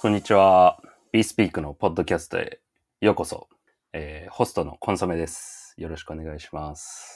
こんにちは。BeSpeak のポッドキャストへようこそ。ホストのコンソメです。よろしくお願いします。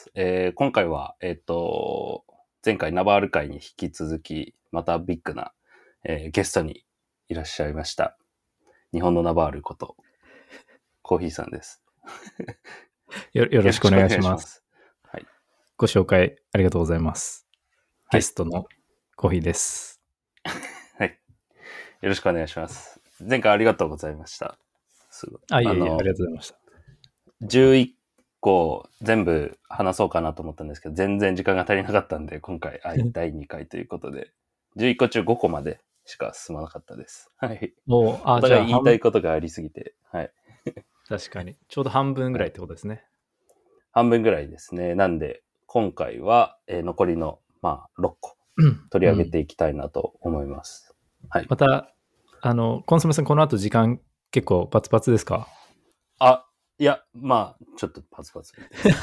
今回は、前回ナバール会に引き続き、またビッグな、ゲストにいらっしゃいました。日本のナバールこと、コーヒーさんです。 よろしくお願いします。 はい。 ご紹介ありがとうございます。ゲストのコーヒーです。 はい。よろしくお願いします。前回ありがとうございました。すごい。 いえいえ、ありがとうございました。 11個全部話そうかなと思ったんですけど、全然時間が足りなかったんで、今回、第2回ということで、11個中5個までしか進まなかったです。はい。お互い言いたいことがありすぎて、はい。 確かに。ちょうど半分ぐらいってことですね。 半分ぐらいですね。なんで、今回は、残りの、6個取り上げていきたいなと思います。はい。 また、コンソメさん、この後時間結構パツパツですか？ いや、ちょっとパツパツ。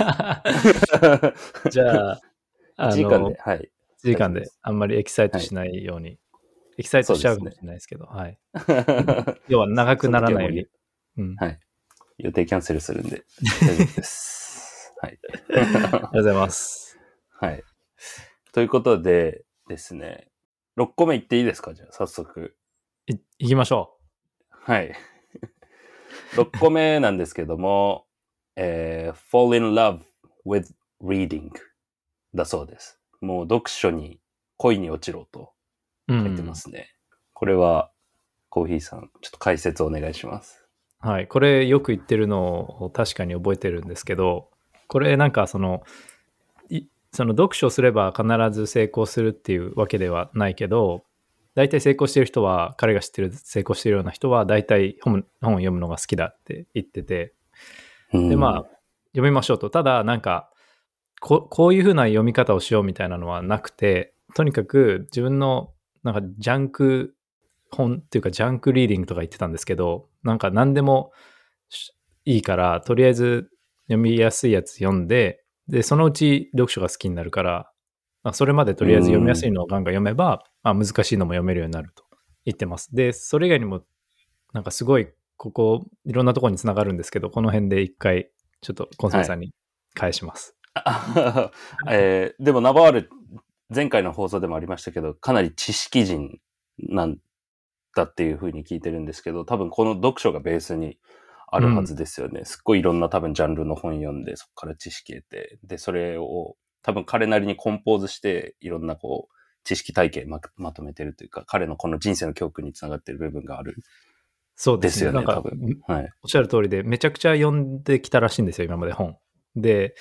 じゃあ、 1時間で、はい。 1時間であんまりエキサイトしないように。はい、エキサイトしちゃうかもしれないですけど、はい。要は長くならないように。 はい。予定キャンセルするんで、大丈夫です。はい。 ありがとうございます。 はい。ということでですね、6個目いっていいですか？じゃあ、早速。 いきましょう。はい。6個目なんですけども、fall in love with reading だそうです。もう読書に恋に落ちろと書いてますね。これは、コーヒーさん、ちょっと解説お願いします。 はい。これよく言ってるのを確かに覚えてるんですけど、これなんかその読書すれば必ず成功するっていうわけではないけど、大体成功してる人は、彼が知ってる成功してるような人は大体本を読むのが好きだって言ってて、で読みましょうと。ただなんかこういう風な読み方をしようみたいなのはなくて、とにかく自分のなんかジャンク本っていうかジャンクリーディングとか言ってたんですけど、なんか何でもいいからとりあえず読みやすいやつ読んで、でそのうち読書が好きになるから、それまでとりあえず読みやすいのをガンガン読めば、難しいのも読めるようになると言ってます。でそれ以外にもなんかすごいここいろんなところにつながるんですけど、この辺で一回ちょっとコンソメさんに返します。 でもナバール、前回の放送でもありましたけど、かなり知識人なんだっていう風に聞いてるんですけど、多分この読書がベースにあるはずですよね。すっごいいろんな多分ジャンルの本読んで、そこから知識得て、で、それを多分彼なりにコンポーズして、いろんな知識体系 まとめてるというか、彼のこの人生の教訓につながってる部分がある。 そうですね。 よね、多分。 はい。おっしゃる通りで、めちゃくちゃ読んできたらしいんですよ、今まで本。で、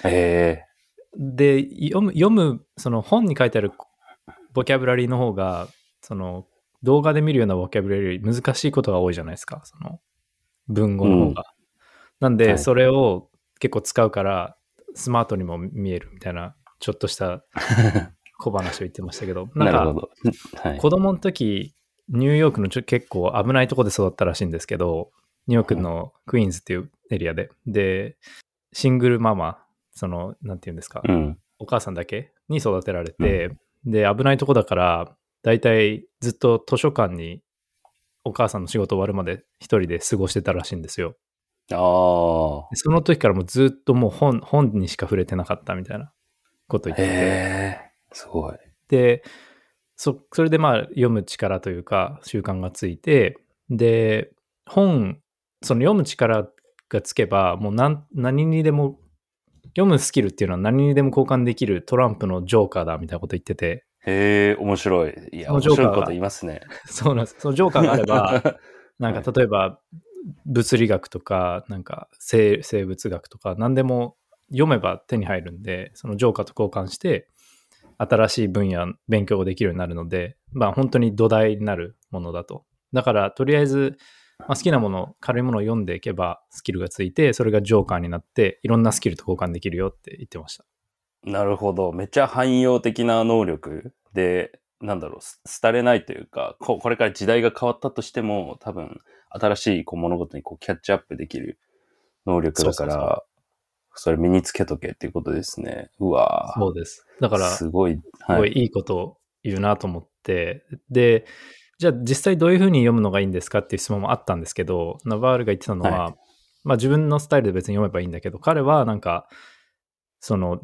読む、その本に書いてあるボキャブラリーの方が、その動画で見るようなボキャブラリーより難しいことが多いじゃないですか、その文語の方が。なんで、それを結構使うから、スマートにも見えるみたいな、ちょっとした小話を言ってましたけど、なんか、子供の時、ニューヨークの結構危ないところで育ったらしいんですけど、ニューヨークのクイーンズっていうエリアで、シングルママ、なんていうんですか、お母さんだけに育てられて、で、危ないとこだから、だいたいずっと図書館にお母さんの仕事終わるまで一人で過ごしてたらしいんですよ。その時からもうずっともう本にしか触れてなかったみたいなこと言ってて。 すごい。 で、それで読む力というか習慣がついて、で、その読む力がつけば、もう何にでも、読むスキルっていうのは何にでも交換できるトランプのジョーカーだみたいなこと言ってて。 面白い。いや、面白いこと言いますね。 そうなんです。そのジョーカーがあれば、なんか例えば、物理学とか、なんか生物学とか、何でも読めば手に入るんで、そのジョーカーと交換して、新しい分野、勉強ができるようになるので、本当に土台になるものだと。だから、とりあえず、好きなもの、軽いものを読んでいけば、スキルがついて、それがジョーカーになって、いろんなスキルと交換できるよって言ってました。 なるほど。めっちゃ汎用的な能力で、廃れないというか、これから時代が変わったとしても、多分、新しい物事にキャッチアップできる能力だから、それ身につけとけっていうことですね。うわそうです。だから、すごいいいことを言うなと思って、で、 じゃあ実際どういうふうに読むのがいいんですかっていう質問もあったんですけど、ナバールが言ってたのは、 はい。 まあ自分のスタイルで別に読めばいいんだけど、彼はなんか、その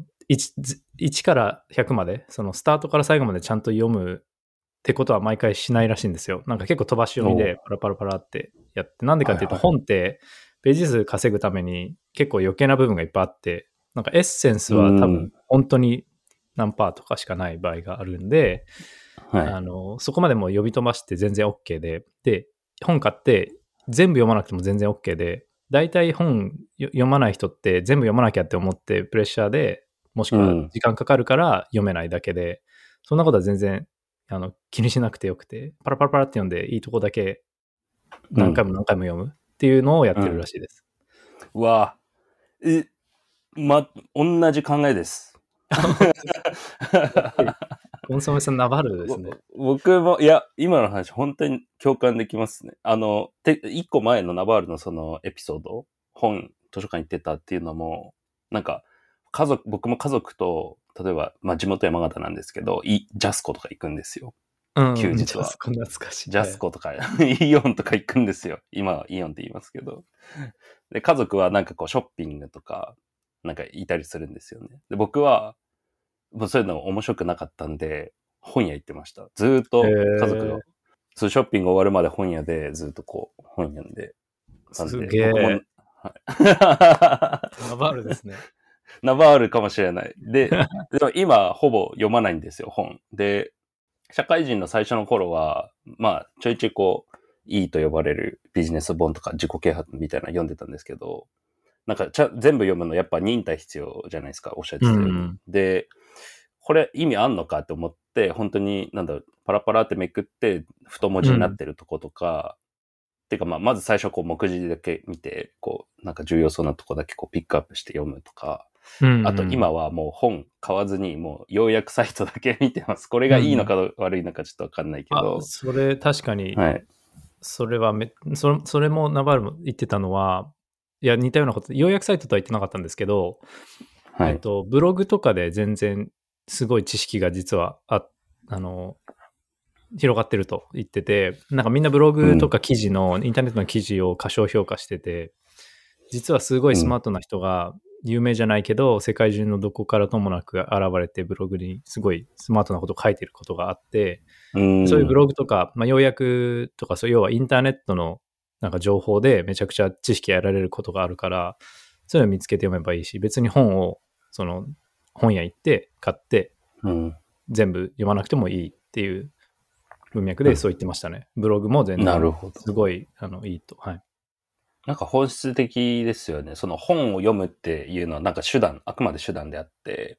1から100まで、そのスタートから最後までちゃんと読むってことは毎回しないらしいんですよ。なんか結構飛ばし読みおうでパラパラパラってやって、なんでかっていうとはいはい。 本ってページ数稼ぐために結構余計な部分がいっぱいあって、なんかエッセンスうは多分ん。 本当に何パーとかしかない場合があるんで、 はい。 そこまでもう呼び飛ばして全然 OK で、本買って全部読まなくても全然 OK で、大体本読まない人って全部読まなきゃって思ってプレッシャーで、もしくはうん。 時間かかるから読めないだけで、そんなことは全然気にしなくてよくて、パラパラパラって読んでいいとこだけうん。 何回も何回も読むっていうのをやってるうん。 らしいです。 うわぁ。同じ考えです。 本当ですか？やっぱり、コンソメさんナバルですね。 僕も、いや、今の話本当に共感できますね。一個前のナバールのそのエピソード、図書館行ってたっていうのも、なんか、僕も家族と、例えば、まあ地元山形なんですけど、ジャスコとか行くんですよ。 うん、ジャス休日は。 コ懐かしい。 ジャスコとか、イオンとか行くんですよ。今はイオンって言いますけど。で、家族はなんかこうショッピングとか、なんかいたりするんですよね。で、僕は、もうそういうの面白くなかったんで、本屋行ってました。ずーっへと家族が、 ー、 そうショッピング終わるまで本屋でずっとこう本読んでたんすで、僕も、 げえ。 はい、 ナバルですね。 ナバールかもしれない。でも今ほぼ読まないんですよ、本。で、社会人の最初の頃は、まあ、ちょいちょいこう、いいと呼ばれるビジネス本とか自己啓発みたいなの読んでたんですけど、なんか全部読むのやっぱ忍耐必要じゃないですか、おっしゃっうてたように。 ん。 で、これ意味あんのかって思って、本当に、なんだろう、パラパラってめくって、太文字になっうん。 てるとことか、っていうかまず最初こう目次だけ見て、こう、なんか重要そうなとこだけこうピックアップして読むとか、あとうん今はもう本買わずにもう要約サイトだけ見てます。これうん。 がいいのうん。 か悪いのかちょっとわかんないけあ、 ど、 それ確かに、 はい。 それはそれもナバルも言ってたのは、いや、似たようなこと、要約サイトとは言ってなかったんですけど、 はい。 ブログとかで全然すごい知識が実はあの、広がってると言ってて、なんかみんなブロうん。 グとかインターネットの記事を過小評価してて、実はすごいうん。 スマートな人が有名じゃないけど、世界中のどこからともなく現れてブログにすごいスマートなことを書いてることがあって、 うそういうブん。 ログとか、まあ、要約とか、要はインターネットのなんか情報でめちゃくちゃ知識得られることがあるから、そういうのを見つけて読めばいいし、別に本を、本屋行って買ってうん。 全部読まなくてもいいっていう文脈うん。 でそう言ってましたね。ブログも全然なるほど。 すごいいいと。はい。 なんか本質的ですよね。その本を読むっていうのはなんかあくまで手段であって、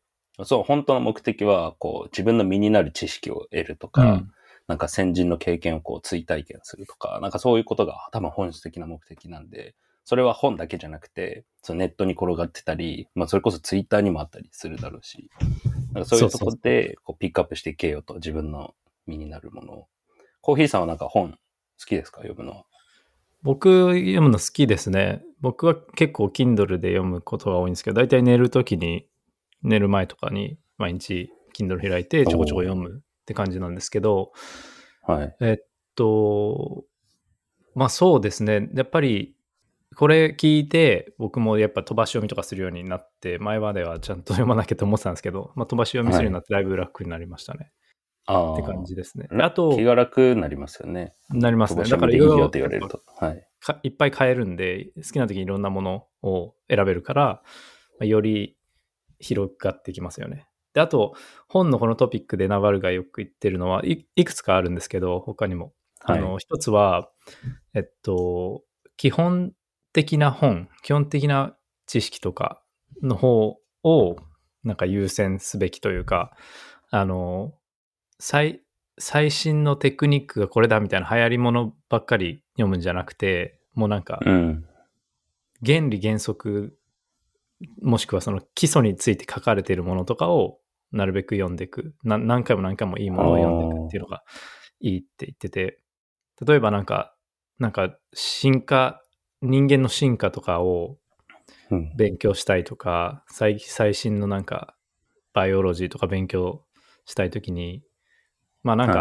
そう、本当の目的は、こう、自分の身になる知識を得るとか、 うん。 なんか先人の経験をこう追体験するとか、なんかそういうことが多分本質的な目的なんで、それは本だけじゃなくて、そのネットに転がってたり、まあそれこそツイッターにもあったりするだろうし、なんかそういうとそうそうそう。 こでこうピックアップしていけよと、自分の身になるものを。コーヒーさんはなんか本好きですか、読むのは？ 僕読むの好きですね。僕は結構 Kindle で読むことが多いんですけど、大体寝るときに、寝る前とかに毎日 Kindle 開いてちょこちょこ読おー、 むって感じなんですけど、 はい。 えっと、まあそうですね。やっぱりこれ聞いて僕もやっぱ飛ばし読みとかするようになって、前まではちゃんと読まなきゃと思ってたんですけど、まあ、飛ばし読みするようになはい。 ってだいぶ楽になりましたね。って感あじですね。 あ、 であと、 気が楽になりますよね。 なりますね。だ飛ばし読からいろいろみでいいよって言わやっぱれると。はい。 いっぱい買えるんで、好きな時にいろんなものを選べるから、より広がってきますよね。で、あと、本のこのトピックでナバルがよく言ってるのは、いくつかあるんですけど、他にも。 はい。 一つは、えっと、基本基本的な知識とかの方を、なんか優先すべきというか、あの、最、最新のテクニックがこれだみたいな流行りものばっかり読むんじゃなくて、もうなんかうん。 原理原則もしくはその基礎について書かれているものとかをなるべく読んでいく。何回も何回もいいあものを読んでいくっていうのあ。 がいいって言ってて、例えばなんか人間の進化とかをうん。 勉強したいとか、最新のなんかバイオロジーとか勉強したいときに、まあなんかはい。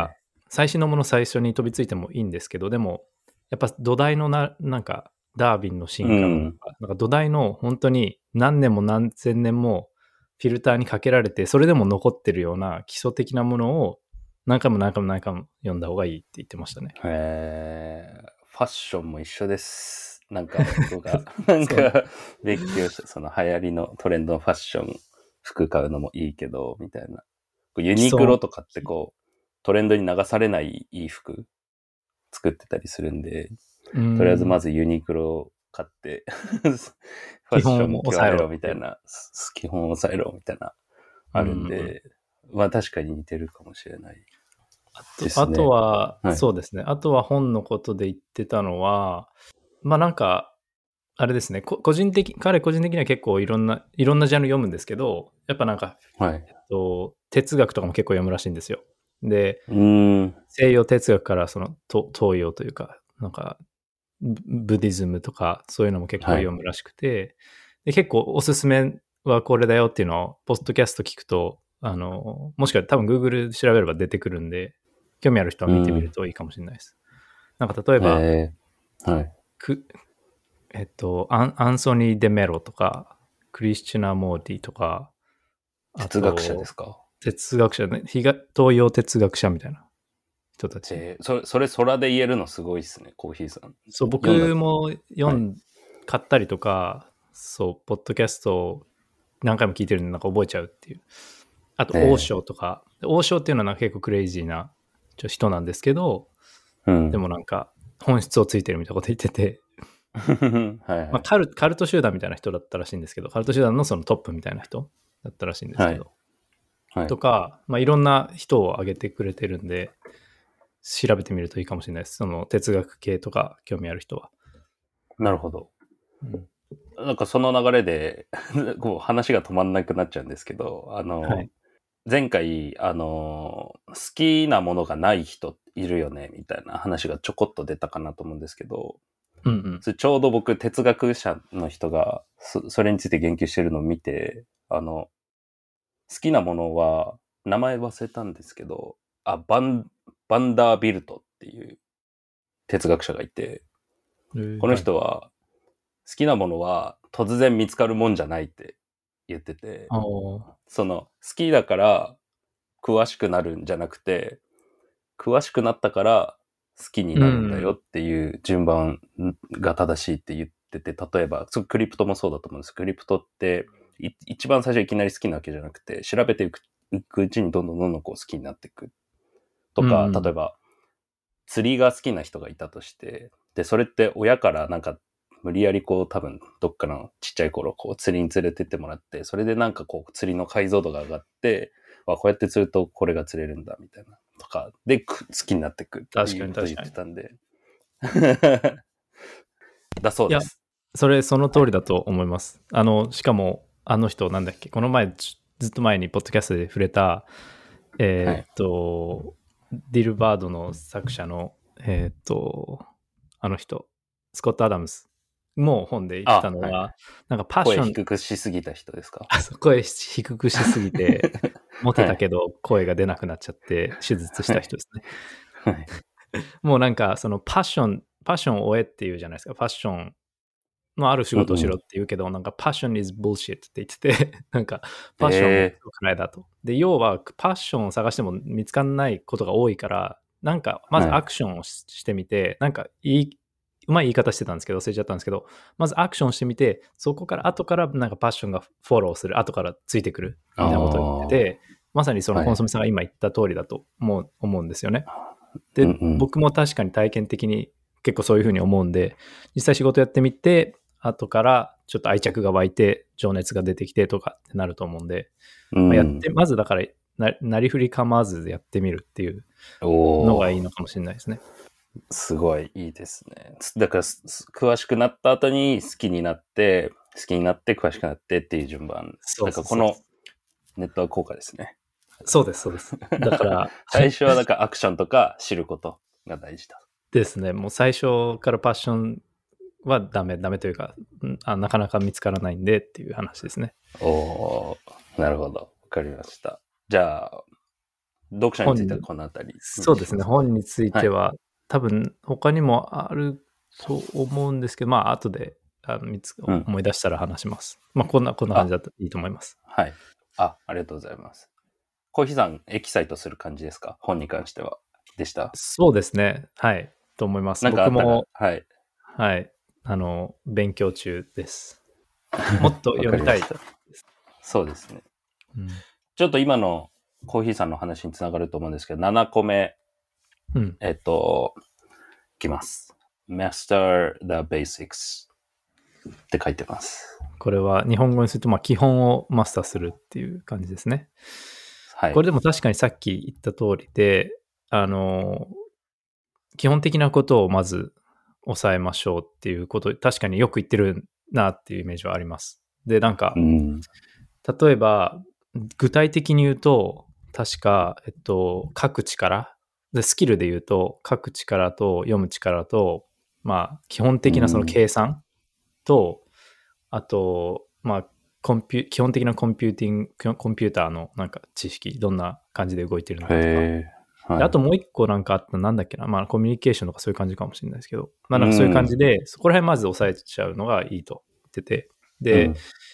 最新のもの最初に飛びついてもいいんですけど、でも、やっぱ土台のなんか、ダーウィンの進化の、なんか土台の本当に何年も何千年もフィルターにかけられて、それでも残ってるような基礎的なものを何回も何回も何回も読んだ方がいいって言ってましたね。 ファッションも一緒です。なんか僕がなんか勉強したその流行りのトレンドのファッション服買うのもいいけどみたいな。ユニクロとかってこうトレンドに流されないいい服作ってたりするんで、とりあえずまずユニクロを買ってファッション極めろみたいな、基本を抑えろみたいなあるんで、まあ確かに似てるかもしれない。 あとは、はい、そうですね。あとは本のことで言ってたのは、まあなんか、あれですね、彼個人的には結構いろんなジャンル読むんですけど、やっぱなんか、 はい、 哲学とかも結構読むらしいんですよ。で、西洋哲学からその東洋というか、なんか、ブディズムとかそういうのも結構読むらしくて、はい、で結構おすすめはこれだよっていうのを、ポッドキャスト聞くと、もしくは多分 Google 調べれば出てくるんで、興味ある人は見てみるといいかもしれないです。なんか例えば、 はい、 アンソニー・デ・メロとか、クリスチナ・モーディとか、 哲学者ですか？ 哲学者ね。東洋哲学者みたいな人たち。 それ空で言えるのすごいですね、コーヒーさん。 そう、僕も買ったりとか、そう、ポッドキャストを何回も聞いてるんで、なんか覚えちゃうっていう。あと、王将とか。王将っていうのは結構クレイジーな人なんですけど、でもなんか、本質をついてるみたいなこと言ってて、はいはい、まあ、カルト集団みたいな人だったらしいんですけど、カルト集団のそのトップみたいな人だったらしいんですけど、はいはい、とか、まあ、いろんな人を挙げてくれてるんで、調べてみるといいかもしれないです。その哲学系とか興味ある人は。 なるほど。なんかその流れでこう話が止まんなくなっちゃうんですけど、はい、前回、好きなものがない人いるよねみたいな話がちょこっと出たかなと思うんですけど、ちょうど僕哲学者の人がそれについて言及してるのを見て、好きなものは名前忘れたんですけど、バンダービルトっていう哲学者がいて、この人は好きなものは突然見つかるもんじゃないって言ってて、その好きだから詳しくなるんじゃなくて、詳しくなったから好きになるんだよっていう順番が正しいって言ってて、例えばクリプトもそうだと思うんです。クリプトって一番最初いきなり好きなわけじゃなくて、調べていくうちにどんどんこう好きになっていくとか、例えば釣りが好きな人がいたとして、でそれって親からなんか無理やりこう多分どっかのちっちゃい頃こう釣りに連れてってもらって、それでなんかこう釣りの解像度が上がって、こうやって釣るとこれが釣れるんだみたいなとかで好きになっていくっていうことを言ってたんでだそうです。 いや、その通りだと思います。しかも人なんだっけ、この前ずっと前にポッドキャストで触れたディルバードの作者の人スコット・アダムスも本で言ってたのは、なんかパッション。 声低くしすぎた人ですか？ 声低くしすぎて、モテたけど声が出なくなっちゃって手術した人ですね。はい、もうなんかそのパッションを追えっていうじゃないですか。パッションのある仕事をしろって言うけど、なんかパッション is bullshit って言ってて、なんかパッションは良くないだと。で、要はパッションを探しても見つかんないことが多いから、なんかまずアクションをしてみて、なんかうまい言い方してたんですけど、忘れちゃったんですけど、まずアクションしてみて、そこから後からなんかパッションがフォローする、後からついてくるみたいなことを言ってて、まさにそのコンソメさんが今言った通りだと思うんですよね。で、僕も確かに体験的に結構そういうふうに思うんで、実際仕事やってみて、後からちょっと愛着が湧いて、情熱が出てきてとかってなると思うんで、まずだからなりふり構わずでやってみるっていうのがいいのかもしれないですね。 すごいいいですね。だから詳しくなった後に好きになって詳しくなってっていう順番。なんかこのネットワーク効果ですね。 そうです。だから最初はなんかアクションとか知ることが大事だ。 ですね。もう最初からパッションはダメというか、なかなか見つからないんでっていう話ですね。 なるほど。わかりました。じゃあ、 読者についてはこのあたり。 そうですね。本については、多分他にもあると思うんですけど、まあ後で3つ思い出したら話します。まあこんな感じだといいと思います。 はい。ありがとうございます。コーヒーさん、エキサイトする感じですか？本に関しては。でした？ そうですね。はい。と思います。 なんかあったら、 僕も、 はい。 はい。勉強中です。もっと読みたいと。 そうですね。ちょっと今のコーヒーさんの話につながると思うんですけど、7個目。いきます。Master the Basics って書いてます。 これは日本語にすると、基本をマスターするっていう感じですね。 はい。 これでも確かにさっき言った通りで、基本的なことをまず抑えましょうっていうこと、確かによく言ってるなっていうイメージはあります。で、なんか、例えば、具体的に言うと、確か、書く力で、スキルで言うと、書く力と読む力と、基本的なその計算と、あと、基本的なコンピューターのなんか知識、どんな感じで動いてるのかとか。はい、あともう一個なんかあったなんだっけな、コミュニケーションとかそういう感じかもしれないですけど、なんかそういう感じで、そこら辺まず抑えちゃうのがいいと言ってて、で、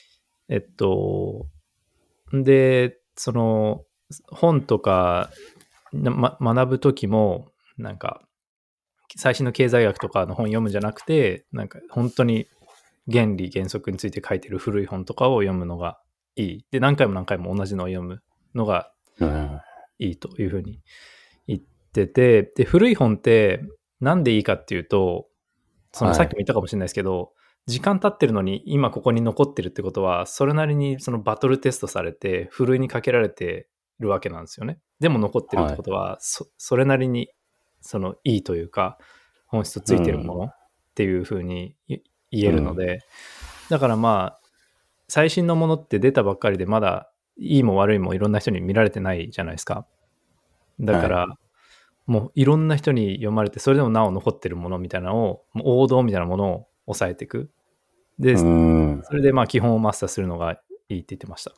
で、その本とか、学ぶときも、なんか、最新の経済学とかの本読むんじゃなくて、なんか本当に原理原則について書いてる古い本とかを読むのがいい。で、何回も何回も同じのを読むのがいいというふうに言ってて、で、古い本ってなんでいいかっていうと、そのさっきも言ったかもしれないですけど、時間経ってるのに今ここに残ってるってことは、それなりにそのバトルテストされて、ふるいにかけられてるわけなんですよね。でも残ってるってことは、それなりにそのいいというか、本質ついてるものっていうふうに言えるので、だから最新のものって出たばっかりでまだいいも悪いもいろんな人に見られてないじゃないですか。だから、もういろんな人に読まれて、それでもなお残ってるものみたいなのを、もう王道みたいなものを抑えていく。で、それで基本をマスターするのがいいって言ってました。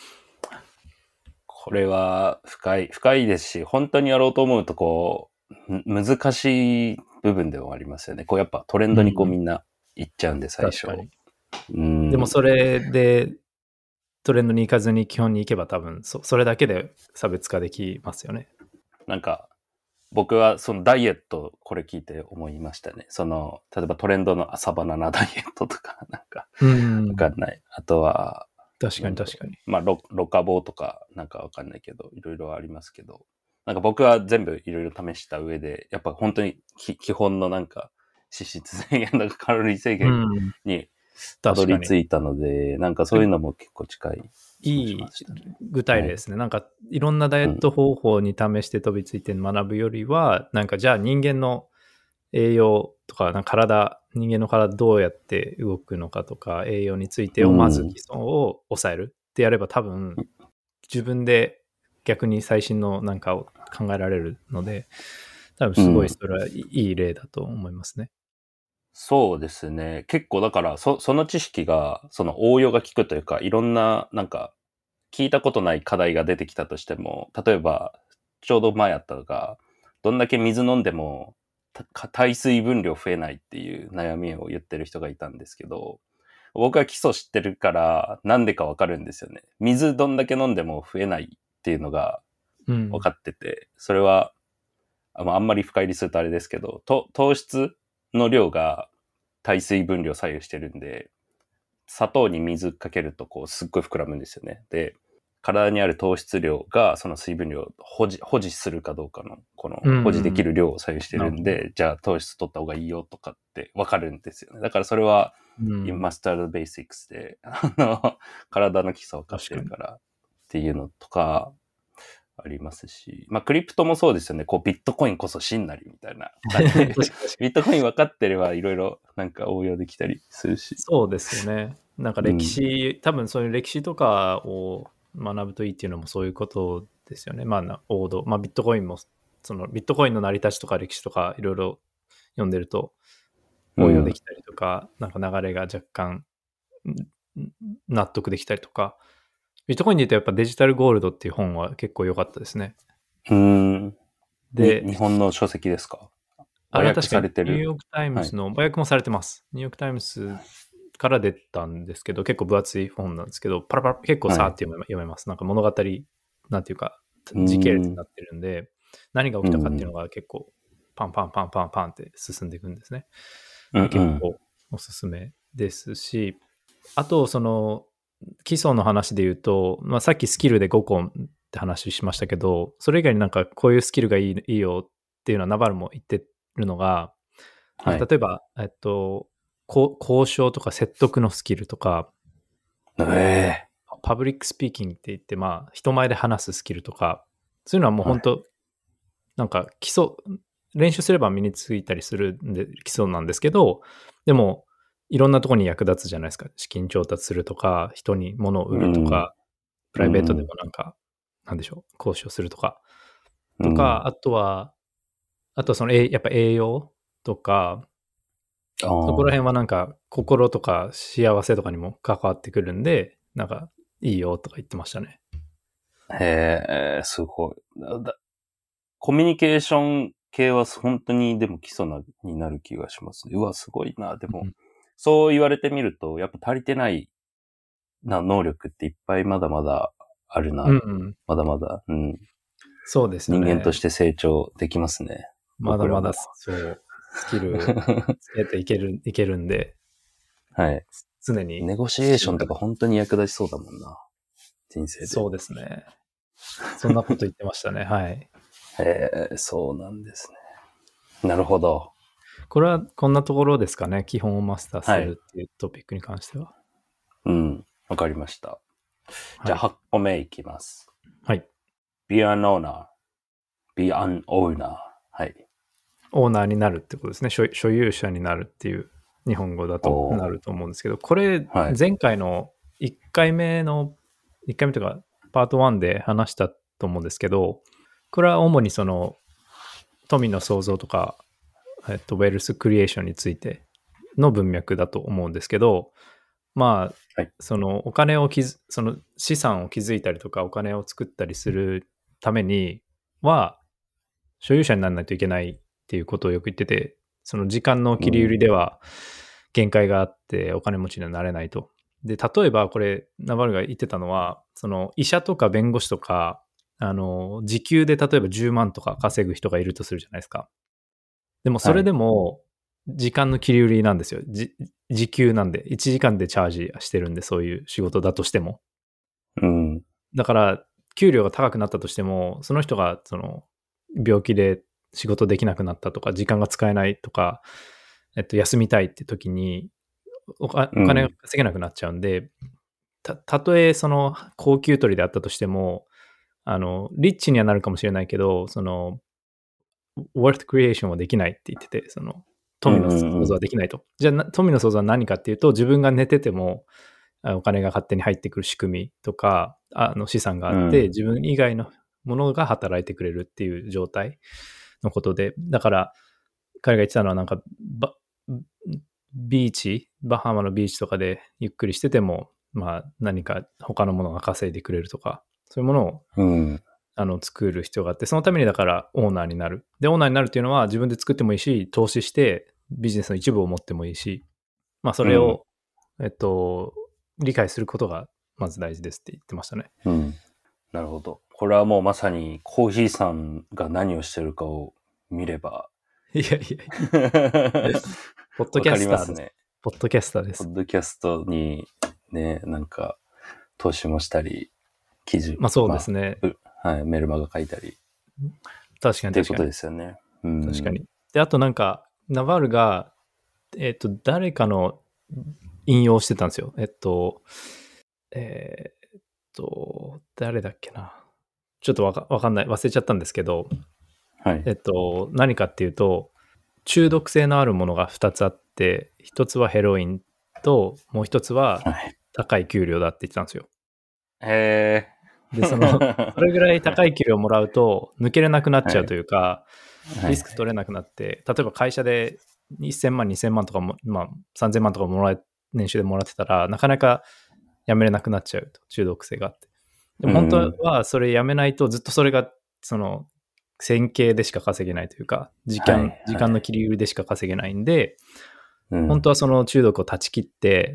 これは深いですし、本当にやろうと思うとこう、難しい部分ではありますよね。こうやっぱトレンドにこうみんな行っちゃうんで、最初。 確かに。でもそれでトレンドに行かずに基本に行けば多分それだけで差別化できますよね。 なんか僕はそのダイエットこれ聞いて思いましたね。その例えばトレンドの朝バナナダイエットとかなんかわかんない。あとは確かに。 ロカボとかなんかわかんないけどいろいろありますけど、なんか僕は全部いろいろ試した上でやっぱ本当に基本のなんか脂質制限とかカロリー制限にたどり着いたので、なんかそういうのも結構近い。 いい具体例ですね。なんかいろんなダイエット方法に試して飛びついて学ぶよりは、なんかじゃあ人間の栄養とか、人間の体どうやって動くのかとか、栄養についてをまず基礎を抑えるってやれば多分自分で逆に最新のなんかを考えられるので、多分すごいそれはいい例だと思いますね。 そうですね。結構だからその知識がその応用が効くというか、いろんななんか聞いたことない課題が出てきたとしても、例えばちょうど前あったのが、どんだけ水飲んでも耐水分量増えないっていう悩みを言ってる人がいたんですけど、僕は基礎知ってるからなんでかわかるんですよね。水どんだけ飲んでも増えないっていうのが分かってて、それはあんまり深入りするとあれですけど、糖質の量が耐水分量左右してるんで、砂糖に水かけるとこうすっごい膨らむんですよね。で、体にある糖質量がその水分量を保持するかどうかの、この保持できる量を左右してるんで、じゃあ糖質取った方がいいよとかってわかるんですよね。だからそれは、マスタードベーシックスで、体の基礎を分かってるからっていうのとか、ありますし、クリプトもそうですよね。こうビットコインこそ真なりみたいな。ビットコイン分かってればいろいろなんか応用できたりするし。 そうですよね。なんか歴史、多分そういう歴史とかを学ぶといいっていうのもそういうことですよね。王道。ビットコインも、そのビットコインの成り立ちとか歴史とかいろいろ読んでると応用できたりとか、なんか流れが若干納得できたりとか。ビットコインで言うとやっぱデジタルゴールドっていう本は結構良かったですね。 で、日本の書籍ですか？和訳されてる。 ニューヨークタイムズの、和訳もされてます。ニューヨークタイムズから出たんですけど、結構分厚い本なんですけど、パラパラ結構さーって読めます。なんか物語、なんていうか、時系列になってるんで、何が起きたかっていうのが結構、パンパンパンパンパンって進んでいくんですね。結構おすすめですし、あと、その、基礎の話で言うと、さっきスキルで5個って話しましたけど、それ以外になんかこういうスキルがいいよっていうのはナバルも言ってるのが、例えば、交渉とか説得のスキルとか、パブリックスピーキングって言って、人前で話すスキルとか、そういうのはもう本当、なんか基礎、練習すれば身についたりするんで基礎なんですけど、でも、いろんなところに役立つじゃないですか。資金調達するとか、人に物を売るとか、プライベートでもなんでしょう、交渉するとか。あとはその、やっぱ栄養とか、そこら辺はなんか心とか幸せとかにも関わってくるんで、なんかいいよとか言ってましたね。 へえ、すごい。コミュニケーション系は本当にでも基礎になる気がしますね。うわ、すごいな。でも、そう言われてみると、やっぱ足りてない能力っていっぱいまだまだあるな。まだまだ。 そうですよね。 人間として成長できますね。 まだまだそう、スキルつけていけるんで。 はい。 常に。 ネゴシエーションとか本当に役立ちそうだもんな。人生で。 そうですね。そんなこと言ってましたね。はい。 そうなんですね。なるほど。 これはこんなところですかね。基本をマスターするっていうトピックに関しては。 わかりました。じゃあ8個目いきます。 はい。 be an owner.be an owner. はい。 オーナーになるってことですね。所有者になるっていう日本語だとなると思うんですけど、これ、前回の1回目というか、パート1で話したと思うんですけど、これは主にその、富の創造とか、ウェルスクリエーションについての文脈だと思うんですけど、そのお金をその資産を築いたりとかお金を作ったりするためには所有者にならないといけないっていうことをよく言ってて、その時間の切り売りでは限界があってお金持ちにはなれないと。で、例えばこれナバルが言ってたのは、その医者とか弁護士とか時給で例えば10万とか稼ぐ人がいるとするじゃないですか。でもそれでも時間の切り売りなんですよ。時給なんで、1時間でチャージしてるんで、そういう仕事だとしても。だから、給料が高くなったとしても、その人がその病気で仕事できなくなったとか、時間が使えないとか、休みたいって時にお金が稼げなくなっちゃうんで、たとえその高給取りであったとしても、リッチにはなるかもしれないけど、その、worth creation はできないって言ってて、その、富の創造はできないと。じゃあ、富の創造は何かっていうと、自分が寝てても、お金が勝手に入ってくる仕組みとか、資産があって、自分以外のものが働いてくれるっていう状態のことで、だから、彼が言ってたのはなんか、バハマのビーチとかでゆっくりしてても、何か他のものが稼いでくれるとか、そういうものを、作る必要があって、そのためにだからオーナーになる。で、オーナーになるっていうのは自分で作ってもいいし、投資してビジネスの一部を持ってもいいし、それを、理解することがまず大事ですって言ってましたね。 なるほど。これはもうまさにコーヒーさんが何をしてるかを見れば。 いや。ポッドキャスターですね。ポッドキャスターです。 ポッドキャストにね、なんか投資もしたり、記事。 そうですね。 はい、メルマガ書いたり。 確かに。 ということですよね。 確かに。で、あとなんか、ナバールが、誰かの引用してたんですよ。誰だっけな。ちょっとわかんない。忘れちゃったんですけど、 はい。 何かっていうと、中毒性のあるものが2つあって、1つはヘロインと、もう1つは高い給料だって言ってたんですよ。 へー。で、それぐらい高い給料をもらうと、抜けれなくなっちゃうというか、リスク取れなくなって、例えば会社で1000万、2000万とかも、3000万とか年収でもらってたら、なかなか辞めれなくなっちゃうと、中毒性があって。でも本当はそれ辞めないとずっとそれがその線形でしか稼げないというか、時間の切り売りでしか稼げないんで、本当はその中毒を断ち切って、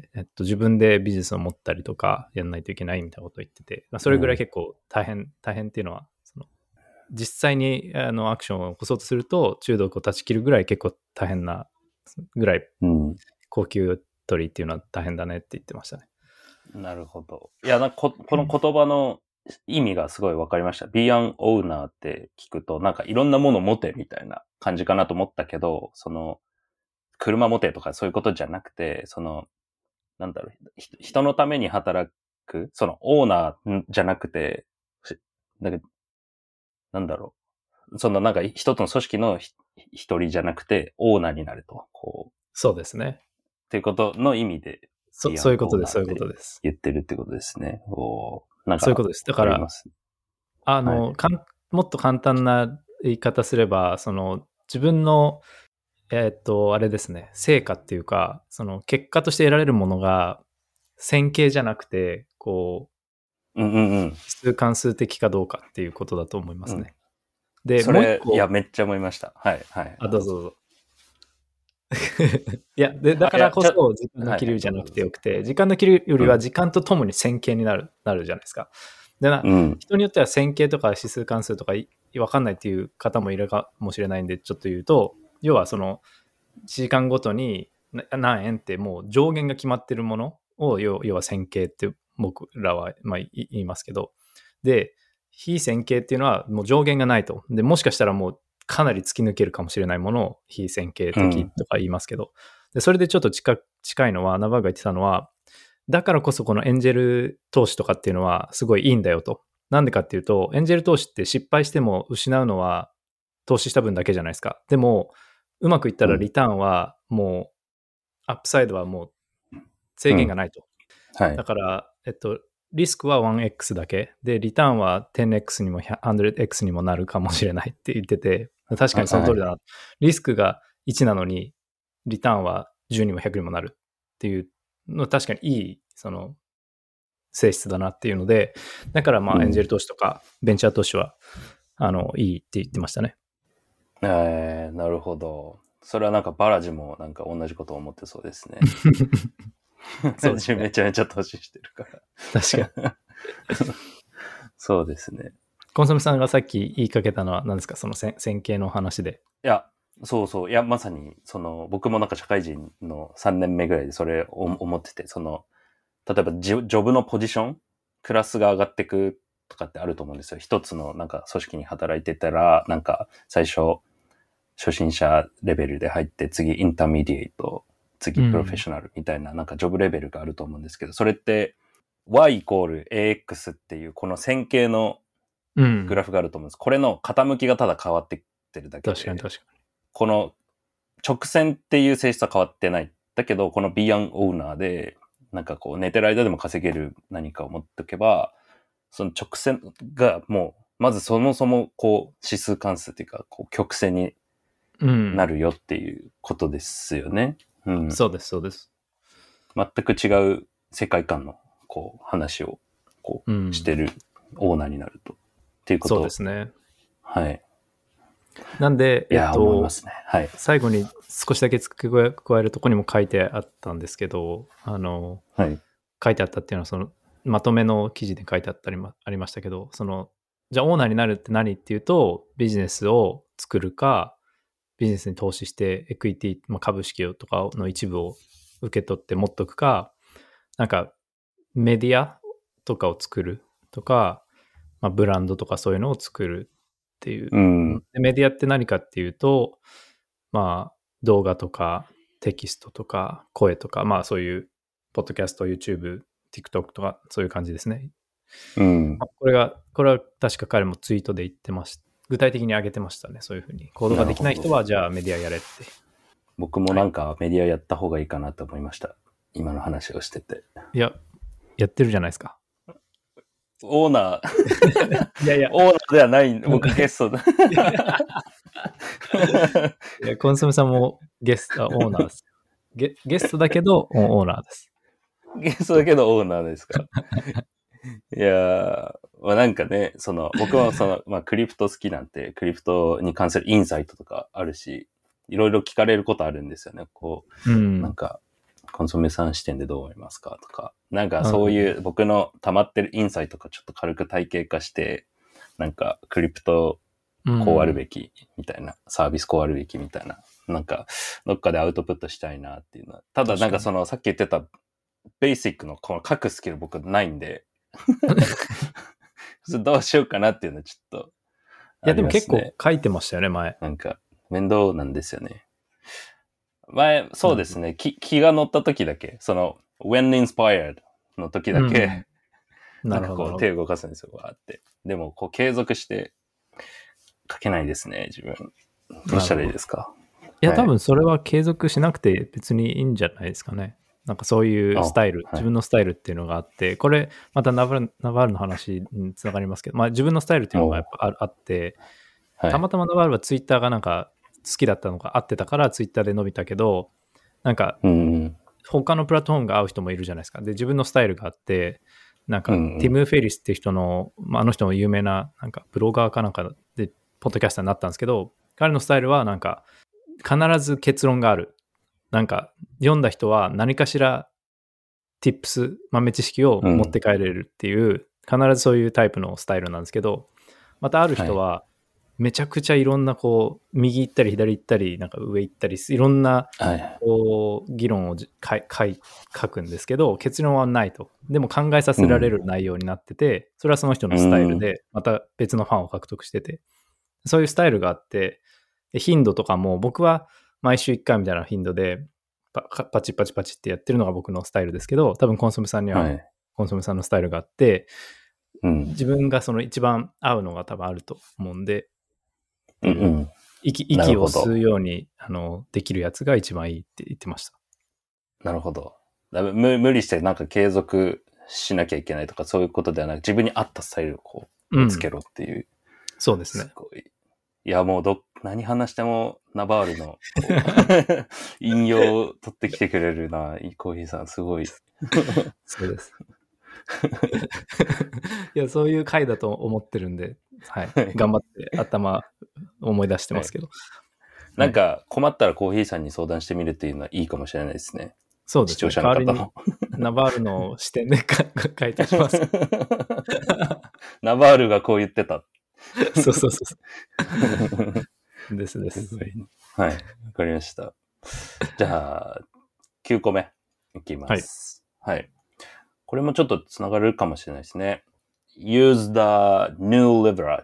自分でビジネスを持ったりとかやんないといけないみたいなことを言ってて、それぐらい結構大変っていうのは、その実際にアクションを起こそうとすると中毒を断ち切るぐらい結構大変なぐらい高級取りっていうのは大変だねって言ってましたね。 なるほど。いや、この言葉の意味がすごい分かりました。Be an owner って聞くと、なんかいろんなもの持てみたいな感じかなと思ったけど、その、車持てとかそういうことじゃなくて、その、なんだろう、人のために働く、そのオーナーじゃなくて、なんだろう、そのなんか一つの組織の一人じゃなくて、オーナーになると。こう。 そうですね。 っていうことの意味で、 そういうことです、そういうことです。 言ってるってことですね。なんかそういうことです。だから、もっと簡単な言い方すれば、その自分のあれですね、成果っていうか、その結果として得られるものが線形じゃなくて、こう、数関数的かどうかっていうことだと思いますね。で、 それ、いや、めっちゃ思いました。はい、はい。 どうぞどうぞ。いや、だからこそ時間の切り売りじゃなくてよくて、時間の切り売りは時間とともに線形になるじゃないですか。で人によっては線形とか指数関数とか分かんないっていう方もいるかもしれないんで、ちょっと言うと、要はその時間ごとに何円ってもう上限が決まってるものを要は線形って僕らは言いますけど、で非線形っていうのはもう上限がないと。でもしかしたらもうかなり突き抜けるかもしれないものを非線形的とか言いますけど、でそれでちょっと近いのはナバーが言ってたのは、だからこそこのエンジェル投資とかっていうのはすごいいいんだよと。なんでかっていうと、エンジェル投資って失敗しても失うのは投資した分だけじゃないですか。でもうまくいったらリターンはもうアップサイドはもう制限がないと。だからリスクは 1x だけで、リターンは 10x にも 100x にもなるかもしれないって言ってて、確かにその通りだな。リスクが1なのにリターンは10にも100にもなるっていうの、確かにいいその性質だなっていうので、だからエンジェル投資とかベンチャー投資はいいって言ってましたね。 なるほど。それはなんかバラジもなんか同じことを思ってそうですね。そうですね。めちゃめちゃ投資してるから。 確かに。 そうですね。 コンソメさんがさっき言いかけたのは何ですか、その線形の話で。 いや、そうそう。いや、まさに、僕もなんか社会人の3年目ぐらいでそれを思ってて、例えばジョブのポジション、クラスが上がってくとかってあると思うんですよ。一つのなんか組織に働いてたら、なんか最初、初心者レベルで入って、次インターミディエイト、次プロフェッショナルみたいななんかジョブレベルがあると思うんですけど、それって Y イコール AX っていうこの線形のグラフがあると思うんです。これの傾きがただ変わってってるだけで。 確かに。 この直線っていう性質は変わってない。だけど、この Be an Owner で、なんかこう寝てる間でも稼げる何かを持っておけば、その直線がもう、まずそもそもこう指数関数っていうか、こう曲線になるよっていうことですよね。 そうです。 全く違う世界観のこう話をこうしてるオーナーになると。っていうこと。 そうですね。 はい。 なんで、 思いますね。はい。 最後に少しだけ付け加えるとこにも書いてあったんですけど、 はい、 書いてあったっていうのは、そのまとめの記事で書いてあったりありましたけど、じゃあオーナーになるって何っていうと、ビジネスを作るか、ビジネスに投資してエクイティ、株式とかの一部を受け取って持っとくか、なんかメディアとかを作るとか、ブランドとかそういうのを作るっていう、メディアって何かっていうと、動画とかテキストとか声とか、そういうポッドキャスト、YouTube、TikTok とかそういう感じですね。これは確か彼もツイートで言ってました。具体的に挙げてましたね。そういうふうに。コードができない人はじゃあメディアやれって。 僕もなんかメディアやった方がいいかなと思いました。今の話をしてて。 いや、やってるじゃないですか。 オーナー。いや、オーナーではない。僕ゲストだ。 いや、コンソメさんもオーナーです。ゲストだけどオーナーです。 ゲストだけどオーナーですか。いやまあなんかね、僕もまあクリプト好きなんて、クリプトに関するインサイトとかあるし、いろいろ聞かれることあるんですよね。なんか、コンソメさん視点でどう思いますかとか、なんかそういう僕の溜まってるインサイトとかちょっと軽く体系化して、なんかクリプトこうあるべきみたいな、サービスこうあるべきみたいな、なんかどっかでアウトプットしたいなっていうのは。ただなんかさっき言ってたベーシックのこの書くスキル僕ないんで、どうしようかなっていうのはちょっと、 いやでも結構書いてましたよね、前。 なんか面倒なんですよね。前、そうですね。気が乗った時だけ、when inspired の時だけ、なんかこう手を動かすんですよ、わーって。でも、こう継続して書けないですね、自分。どうしたらいいですか？ いや、多分それは継続しなくて別にいいんじゃないですかね。なんかそういうスタイル、自分のスタイルっていうのがあって、これ、またナバールの話につながりますけど、まあ自分のスタイルっていうのがやっぱあって、たまたまナバールはツイッターがなんか好きだったのが合ってたからツイッターで伸びたけど、なんか他のプラットフォームが合う人もいるじゃないですか。で、自分のスタイルがあって、なんかティム・フェリスっていう人の、まあ、あの人も有名ななんかブロガーかなんかでポッドキャスターになったんですけど、彼のスタイルはなんか必ず結論がある。なんか読んだ人は何かしら tips 豆知識を持って帰れるっていう、必ずそういうタイプのスタイルなんですけど、またある人はめちゃくちゃいろんなこう右行ったり左行ったりなんか上行ったりいろんなこう議論を書くんですけど、結論はないと。でも考えさせられる内容になってて、それはその人のスタイルでまた別のファンを獲得してて、そういうスタイルがあって、頻度とかも僕は毎週1回みたいな頻度でパチパチパチってやってるのが僕のスタイルですけど、多分コンソメさんにはコンソメさんのスタイルがあって、自分がその一番合うのが多分あると思うんで、息を吸うようにできるやつが一番いいって言ってました。 なるほど。無理してなんか継続しなきゃいけないとかそういうことではなく、自分に合ったスタイルをこう見つけろっていう。 そうですね。 すごい。いや、もう何話してもナバールの引用を取ってきてくれるな、コーヒーさん、すごい。 そうです。いや、そういう回だと思ってるんで、はい。頑張って頭思い出してますけど。 なんか困ったらコーヒーさんに相談してみるっていうのはいいかもしれないですね。 そうですね。 視聴者の方も。 ナバールの視点で書いてします。 ナバールがこう言ってた。 そう。です。 はい。わかりました。じゃあ、9個目いきます。はい。これもちょっとつながるかもしれないですね。Use the new leverage。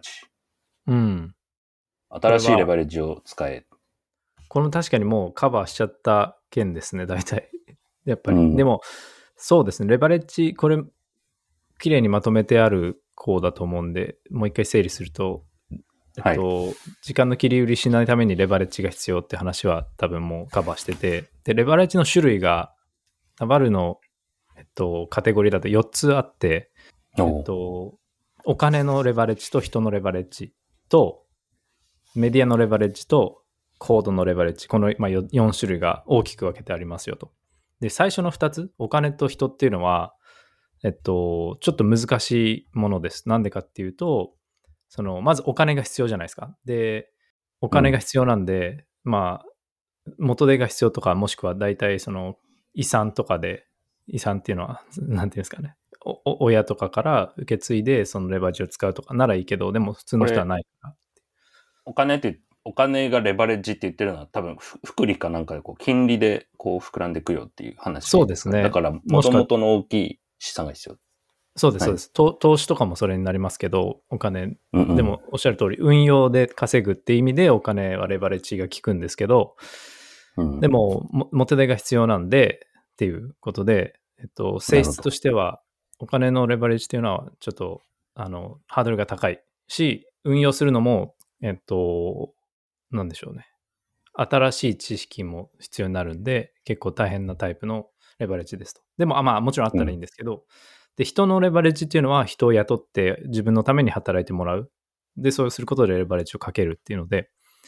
新しいレバレッジを使え。 この確かにもうカバーしちゃった件ですね、大体。やっぱり。でも、そうですね、レバレッジ、これ、綺麗にまとめてある項だと思うんで、もう一回整理すると、時間の切り売りしないためにレバレッジが必要って話は多分もうカバーしてて、で、レバレッジの種類が、ナバルの、カテゴリーだと4つあって、お金のレバレッジと人のレバレッジと、メディアのレバレッジと、コードのレバレッジ、この4種類が大きく分けてありますよと。で、最初の2つ、お金と人っていうのは、ちょっと難しいものです。なんでかっていうと、まずお金が必要じゃないですか。で、お金が必要なんで、まあ、元手が必要とか、もしくは大体遺産とかで、遺産っていうのは、なんていうんですかね。親とかから受け継いで、そのレバレッジを使うとかならいいけど、でも普通の人はないから。 お金がレバレッジって言ってるのは多分複利かなんかで金利で膨らんでいくよっていう話。 そうですね。 だから元々の大きい資産が必要。 そうです。投資とかもそれになりますけど、お金、でもおっしゃる通り、運用で稼ぐって意味でお金はレバレッジが効くんですけど、でも元手が必要なんでっていうことで、性質としてはお金のレバレッジっていうのはちょっとハードルが高いし、運用するのもなんでしょうね。新しい知識も必要になるんで、結構大変なタイプのレバレッジですと。でも、もちろんあったらいいんですけど、で、人のレバレッジっていうのは人を雇って自分のために働いてもらう。で、そうすることでレバレッジをかけるっていうので、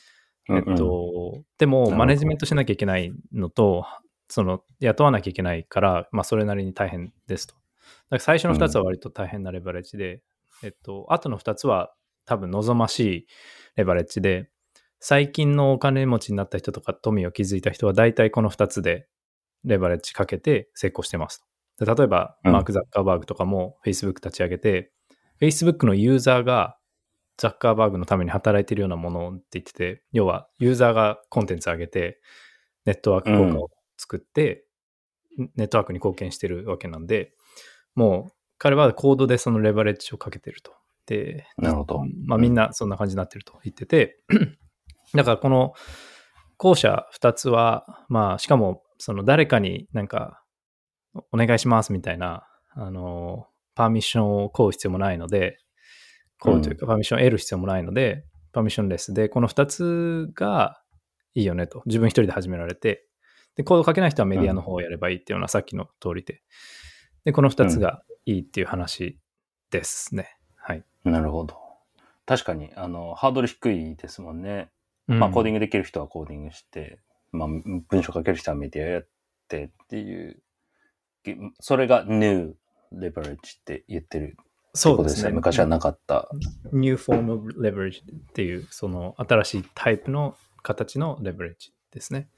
でも、マネジメントしなきゃいけないのと、雇わなきゃいけないから、それなりに大変ですと。だから最初の2つは割と大変なレバレッジで、 後の2つは多分望ましいレバレッジで、最近のお金持ちになった人とか富を築いた人は大体この2つでレバレッジかけて成功してますと。で例えば、マーク・ザッカーバーグとかも Facebook 立ち上げて、Facebook のユーザーがザッカーバーグのために働いているようなものって言ってて、要はユーザーがコンテンツ上げて、ネットワーク効果を作って、ネットワークに貢献してるわけなんで、もう彼はコードでそのレバレッジをかけてると。で、 なるほど。 みんなそんな感じになってると言ってて、だからこの後者2つは、しかもその誰かになんかお願いしますみたいな、パーミッションを請う必要もないので、パーミッションを得る必要もないので、パーミッションレスで、この2つがいいよねと。自分一人で始められて、で、コード書けない人はメディアの方をやればいいっていうのはさっきの通りで。で、この2つがいいっていう話ですね。はい。 なるほど。確かに、ハードル低いですもんね。コーディングできる人はコーディングして、文章書ける人はメディアやってっていう、それが New Leverage って言ってる。そうですね。昔はなかった。 New Form of Leverage っていう、その新しいタイプの形のレバレッジですね。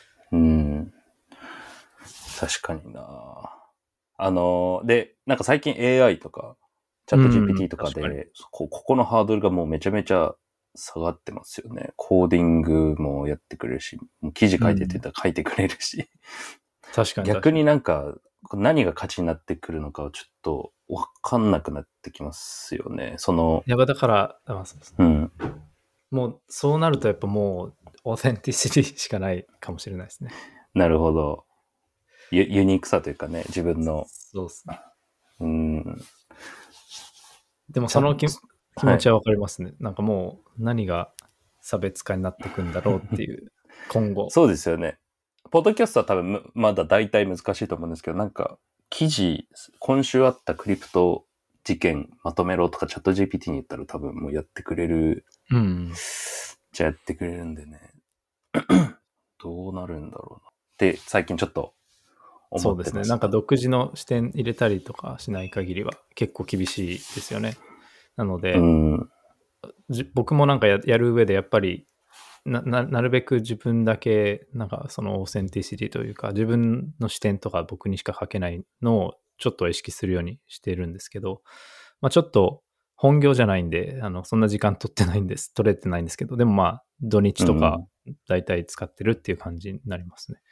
確かにな。で、なんか最近 AI とか、チャット GPT とかで、ここのハードルがもうめちゃめちゃ下がってますよね。コーディングもやってくれるし、記事書いてって言ったら書いてくれるし。 確かに。 逆になんか、何が価値になってくるのかをちょっとわかんなくなってきますよね。 いや、だから、もうそうなるとやっぱもう、オーセンティシティしかないかもしれないですね。 なるほど。ユニークさというかね、自分の。 そうですね。でもその気持ちはわかりますね。なんかもう何が差別化になってくんだろうっていう、今後。 そうですよね。ポッドキャストは多分まだ大体難しいと思うんですけど、なんか記事、今週あったクリプト事件まとめろとかチャット GPT に言ったら多分もうやってくれる。じゃあやってくれるんでね。どうなるんだろうな。って最近ちょっと思ってます。 そうですね。なんか独自の視点入れたりとかしない限りは結構厳しいですよね。なので、僕もなんかやる上でやっぱりなるべく自分だけなんかそのオーセンティシティというか自分の視点とか僕にしか書けないのをちょっと意識するようにしているんですけど、ちょっと本業じゃないんでそんな時間取れてないんですけど、でも土日とかだいたい使ってるっていう感じになりますね。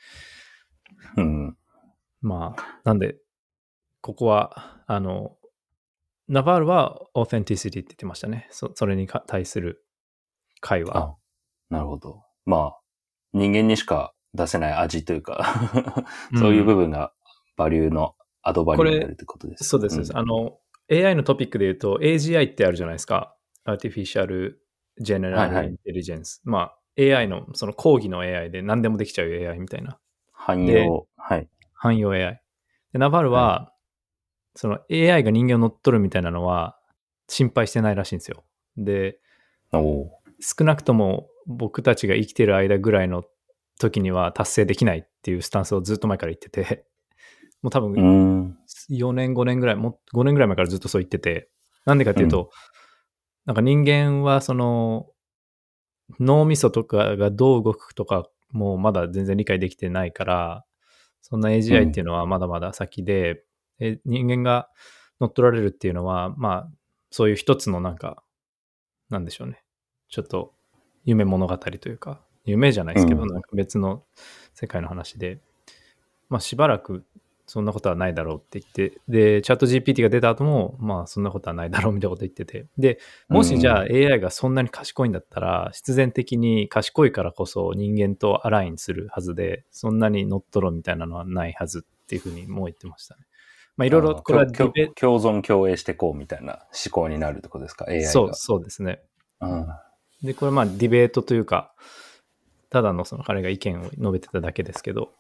なんでここはナバールはオーセンティシティって言ってましたね。それに対する会話。 なるほど。人間にしか出せない味というかそういう部分がバリューのアドバリューになるってことです。 そうです。AI のトピックで言うと AGI ってあるじゃないですか。Artificial General Intelligence。AI のその講義の AI で何でもできちゃう AI みたいな。 汎用。 汎用 AI。で、ナバルは、その AI が人間を乗っ取るみたいなのは心配してないらしいんですよ。で、少なくとも僕たちが生きてる間ぐらいの時には達成できないっていうスタンスをずっと前から言ってて、もう多分4年5年ぐらい、もう5年ぐらい前からずっとそう言ってて、なんでかっていうと、なんか人間はその脳みそとかがどう動くとかもうまだ全然理解できてないから、そんな AGI っていうのはまだまだ先で、人間が乗っ取られるっていうのは、そういう一つのなんでしょうね。ちょっと夢物語というか、夢じゃないですけど、なんか別の世界の話で、しばらくそんなことはないだろうって言って、で、チャット GPT が出た後も、そんなことはないだろうみたいなこと言ってて、で、もしじゃあ AI がそんなに賢いんだったら、必然的に賢いからこそ人間とアラインするはずで、そんなに乗っ取ろうみたいなのはないはずっていうふうにもう言ってましたね。いろいろこれは共存共栄してこうみたいな思考になるってことですか、AI が。 そうですね。で、これディベートというか、ただのその彼が意見を述べてただけですけど、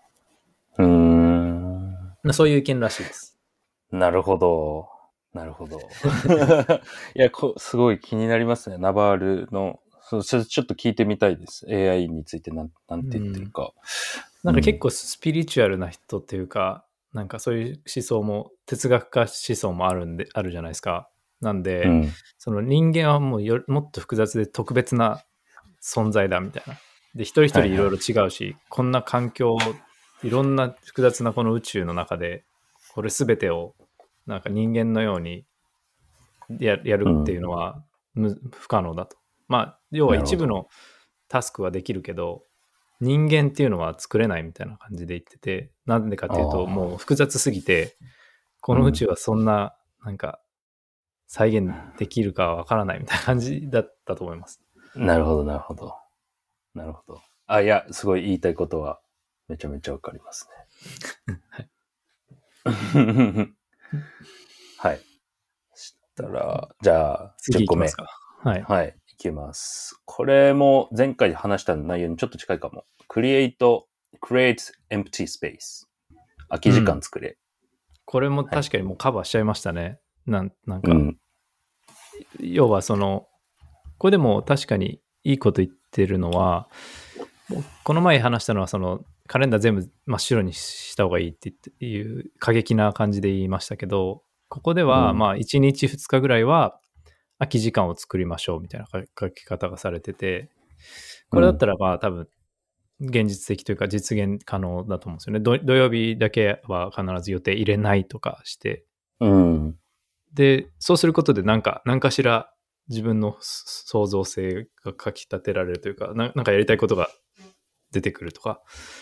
そういう意見らしいです。 なるほど。なるほど。いや、すごい気になりますね。ナバールの、ちょっと聞いてみたいです。AI についてなんて言ってるか。 なんか結構スピリチュアルな人っていうか、なんかそういう思想も、哲学家思想もあるじゃないですか。 なんで、 うん。 その人間はもうもっと複雑で特別な存在だみたいな。で、一人一人いろいろ違うし、こんな環境、いろんな複雑なこの宇宙の中で、これ全てをなんか人間のようにやるっていうのは不可能だと。まあ、要は一部のタスクはできるけど、人間っていうのは作れないみたいな感じで言ってて、なんでかっていうと、もう複雑すぎて、この宇宙はそんな、なんか、再現できるかわからないみたいな感じだったと思います。 なるほど、なるほど。なるほど。あ、いや、すごい言いたいことはめちゃめちゃわかりますね。はい。したら、じゃあ、10個目。 はい。 はい。いきます。これも前回話した内容にちょっと近いかも。create empty space。空き時間作れ。 これも確かにもうカバーしちゃいましたね。なんか、要はその、これでも確かにいいこと言ってるのは、この前話したのはそのカレンダー全部真っ白にした方がいいっていう過激な感じで言いましたけど、ここではまあ1日2日ぐらいは空き時間を作りましょうみたいな書き方がされてて、これだったらまあ多分現実的というか実現可能だと思うんですよね。土曜日だけは必ず予定入れないとかして、でそうすることでなんかしら自分の創造性がかき立てられるというか、なんかやりたいことが出てくるとか、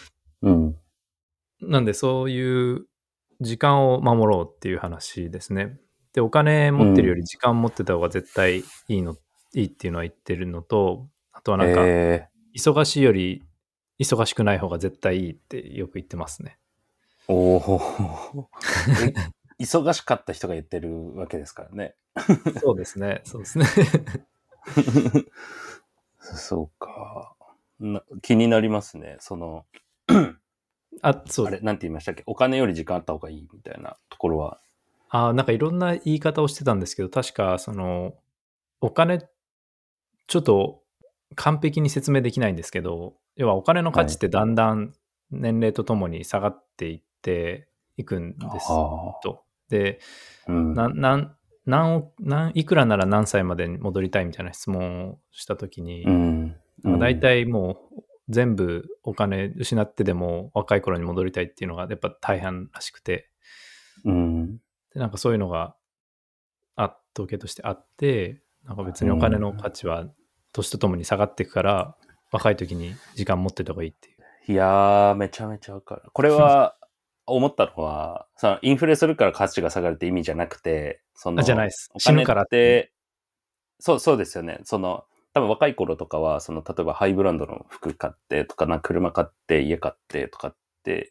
なんでそういう時間を守ろうっていう話ですね。で、お金持ってるより時間持ってた方が絶対いいっていうのは言ってるのと、あとはなんか、忙しいより忙しくない方が絶対いいってよく言ってますね。 おお。忙しかった人が言ってるわけですからね。 そうですね。そうですね。 そうか。気になりますね。その、 そう。 あれ、なんて言いましたっけ？お金より時間あった方がいいみたいなところは。 なんかいろんな言い方をしてたんですけど、確かその、お金、ちょっと完璧に説明できないんですけど、要はお金の価値ってだんだん年齢とともに下がっていっていくんですと。で、いくらなら何歳までに戻りたいみたいな質問をしたときに、大体もう全部お金失ってでも若い頃に戻りたいっていうのがやっぱ大半らしくて、でなんかそういうのが統計としてあって、なんか別にお金の価値は年とともに下がっていくから、若い時に時間持ってた方がいいっていう。 いやー、めちゃめちゃわかる。これは、思ったのは、そのインフレするから価値が下がるって意味じゃなくて、 じゃないです。 お金死ぬからって、そうですよね。多分若い頃とかは、例えばハイブランドの服買ってとか、車買って家買ってとかって、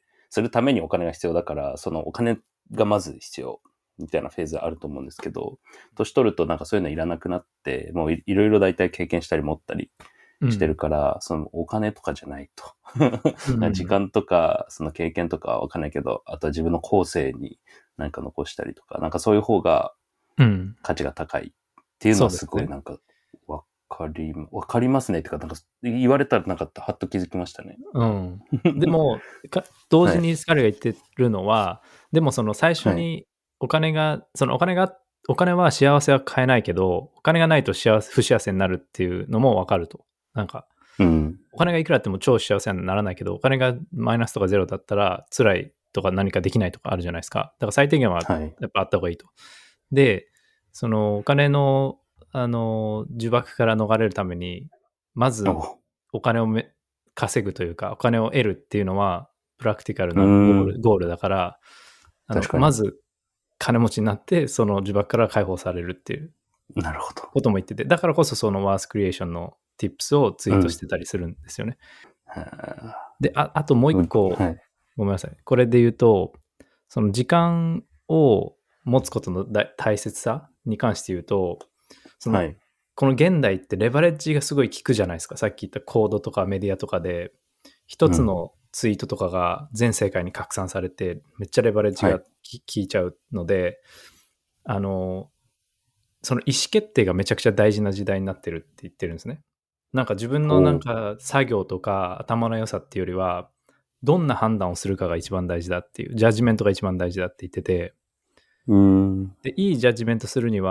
するためにお金が必要だから、そのお金がまず必要みたいなフェーズあると思うんですけど、年取るとなんかそういうのいらなくなって、もういろいろ大体経験したり持ったりしてるから、そのお金とかじゃないと。時間とか、その経験とかはわかんないけど、あとは自分の後世に何か残したりとか、なんかそういう方が価値が高いっていうのはすごいなんかわかりますねってか、なんか言われたらなんかはっと気づきましたね。 でも、同時に彼が言ってるのは、でもその最初にお金は幸せは買えないけど、お金がないと不幸せになるっていうのもわかると。なんか、お金がいくらあっても超幸せにならないけど、お金がマイナスとかゼロだったら辛いとか何かできないとかあるじゃないですか。だから最低限はやっぱあった方がいいと。で、そのお金の呪縛から逃れるために、まずお金を稼ぐというか、お金を得るっていうのはプラクティカルなゴールだから、まず金持ちになってその呪縛から解放されるっていうことも言ってて、だからこそそのワースクリエーションの tips をツイートしてたりするんですよね。で、あともう一個、ごめんなさい。これで言うと、その時間を持つことの大切さに関して言うと、この現代ってレバレッジがすごい効くじゃないですか。さっき言ったコードとかメディアとかで、一つのツイートとかが全世界に拡散されて、めっちゃレバレッジが効いちゃうので、その意思決定がめちゃくちゃ大事な時代になってるって言ってるんですね。なんか自分のなんか作業とか頭の良さっていうよりは、どんな判断をするかが一番大事だっていう、ジャッジメントが一番大事だって言ってて、でいいジャッジメントするには、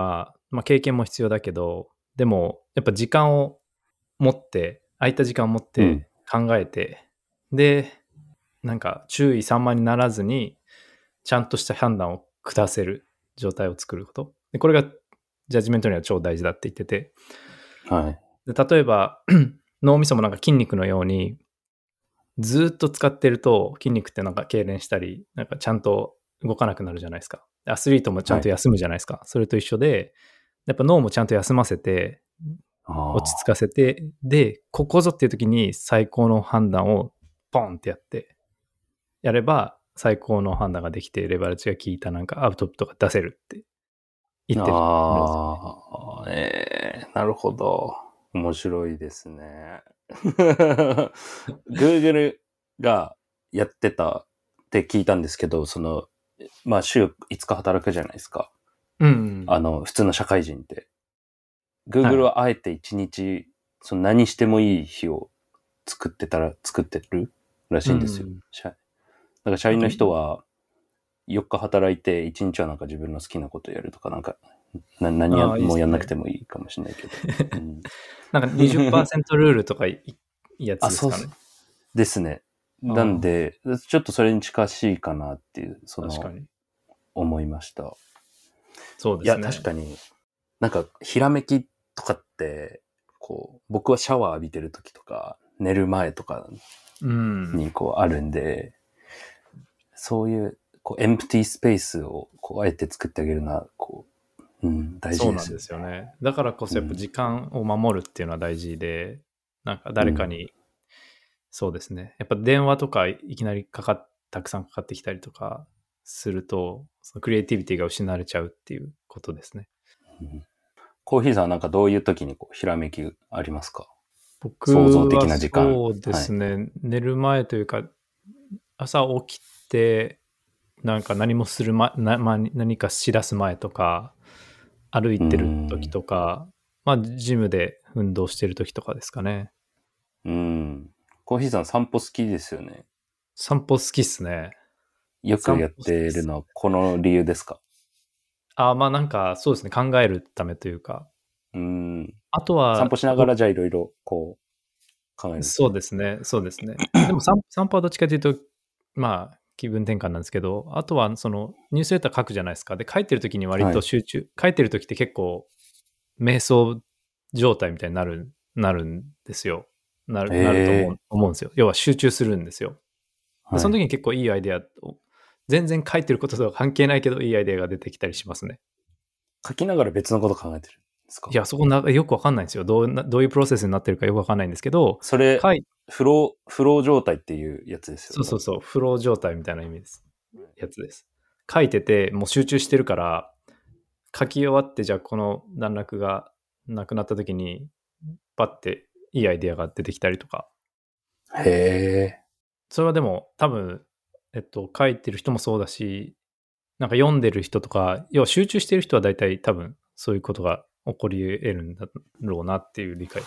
まあ経験も必要だけど、でもやっぱ時間を持って、空いた時間を持っうん。 て考えて、で、なんか注意散漫にならずに、ちゃんとした判断を下せる状態を作ること。でこれがジャッジメントには超大事だって言ってて、 はい。 で例えば脳みそもなんか筋肉のように、ずっと使ってると筋肉ってなんか痙攣したり、なんかちゃんと動かなくなるじゃないですか。アスリートもちゃんはい。 と休むじゃないですか。それと一緒で、やっぱ脳もちゃんと休ませて、落ち着あかせて、で、ここぞっていう時に最高の判断をポンってやって、やれば最高の判断ができて、レバレッジが効いたなんかアウトプットが出せるって言ってるんですよね。 あ。なるほど。面白いですね。Google がやってたって聞いたんですけど、まあ週5日働くじゃないですか。 うん。 普通の社会人って。 は Google い。 はあえて1日、何してもいい日を作ってるらしういんですよ。 ん。 だから社員の人は4日働いて1日はなんか自分の好きなことやるとか、なんかああ、いいっもうやんなくすね。 てもいいかもしれないけど。うん、 なんか20%ルールとかいいやつあ、そうですかね。 ですね。なんあで、ちょっとそれに近しいかなっていう、 あ、確かに。 思いました。いや、 そうですね。 確かに、なんか、ひらめきとかって、僕はシャワー浴びてる時とか、寝る前とかうん。 にあるんで、そういう、エンプティスペースを、あえて作ってあげるのは、大事そうなんでですよね。 すよね。だからこそやっぱ時間を守るっていうのは大事で、なんかうん。 誰かに、そうですね。やっぱ電話とかいきなりたくさんかかってきたりとかすると、そのクリエイティビティが失われちゃうっていうことですね。 うん、コーヒーさんはなんかどういう時にひらめきありますか？創造的僕はな時間。 そうではい。 すね、寝る前というか、朝起きて、なんか何もする前、何かしだす前とか、歩いうーてる時ん。 とか、まあ、ジムで運動してる時とかですかね。 うん。コーヒーさん散歩好きですよね。 散歩好きっすね。 よくやっ散歩好きっす。 てるのはこの理由ですか？ まあなんかそうですね、考えるためというか。 うーん。 あとは、 散歩しながらじゃあいろいろ考えるんですそうね。 ですね、そうですね。でも散歩はどっちかというと、まあ気分転換なんですけど、あとはそのニュースレター書くじゃないですか。で、書いてる時に割はい。 と書いてる時って結構瞑想状態みたいになるんですよ。なるとええ思うんですよ。要は集中するんですよ。で、そのはい。 時に結構いいアイデアを、全然書いてることとは関係ないけど、いいアイデアが出てきたりしますね。 書きながら別のこと考えてるんですか？ いや、そこよくわかんないんですよ。どういうプロセスになってるかよくわかんないんですけど、 それ、 書いフロー状態っていうやつですよね。 そうそうそう、フロー状態みたいな意味です。やつです。書いてて、もう集中してるから、書き終わって、じゃあこの段落がなくなった時に、パッていいアイデアが出てきたりとか。 へえ。 それはでも多分、書いてる人もそうだし、なんか読んでる人とか、要は集中してる人は大体多分そういうことが起こり得るんだろうなっていう理解です。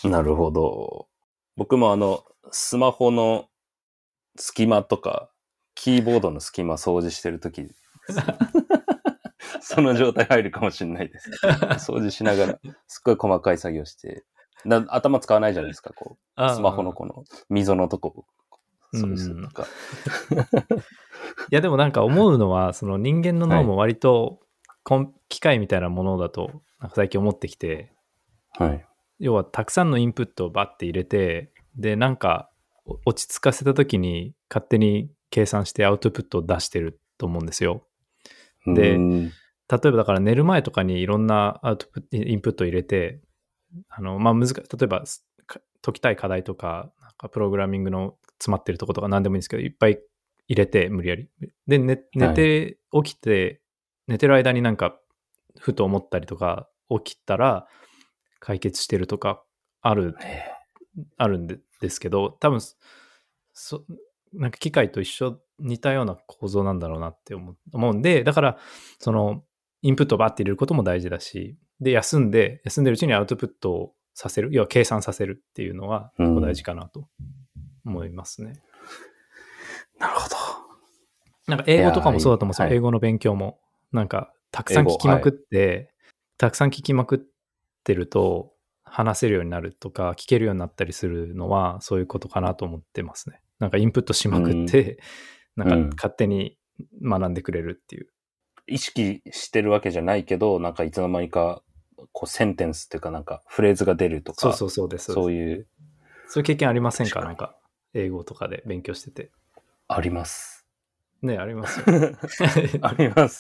なるほど。僕もスマホの隙間とか、キーボードの隙間掃除してるときですね。その状態入るかもしれないです。掃除しながら、すっごい細かい作業して、頭使わないじゃないですか、スマホのああ、 この溝のとこをう掃除するとん。 か。 いやでもなんか思うのは、その人間のはい。 脳も割と機械みたいなものだと、なんか最近思ってきて、 はい。 要はたくさんのインプットをバッて入れて、で、なんか落ち着かせた時に勝手に計算してアウトプットを出してると思うんですよ。 うーで、 ん。 例えばだから寝る前とかにいろんなインプットを入れて、まあ例えば解きたい課題とか、なんかプログラミングの詰まってるとことか何でもいいんですけど、いっぱい入れて無理やり。で、 はい。 起きて、寝てる間になんかふと思ったりとか、起きたら解決してるとかある、あるんですけど、多分なんか機械と似たような構造なんだろうなって思うんで、だから、その、インプットをバッて入れることも大事だし、で、休んでるうちにアウトプットをさせる、要は計算させるっていうのは結構大事うん。 かなと思いますね。 なるほど。 なんか英語とかいやー、いい。 もそうだと思うんですよ。 はい。 英語の勉強も。なんか、たくさん聞英語、 きまくっはい。 て、 たくさん聞きまくってると話せるようになるとか聞けるようになったりするのはそういうことかなと思ってますね。なんかインプットしまくって、なんか勝手に学んでくれるっていう。 意識してるわけじゃないけど、なんかいつの間にか、こうセンテンスっていうかなんかフレーズが出るとか、 そうです。 そういう経験ありませんか？なんか英語とかで勉強してて。 あります。 ね、ありますよね。 あります。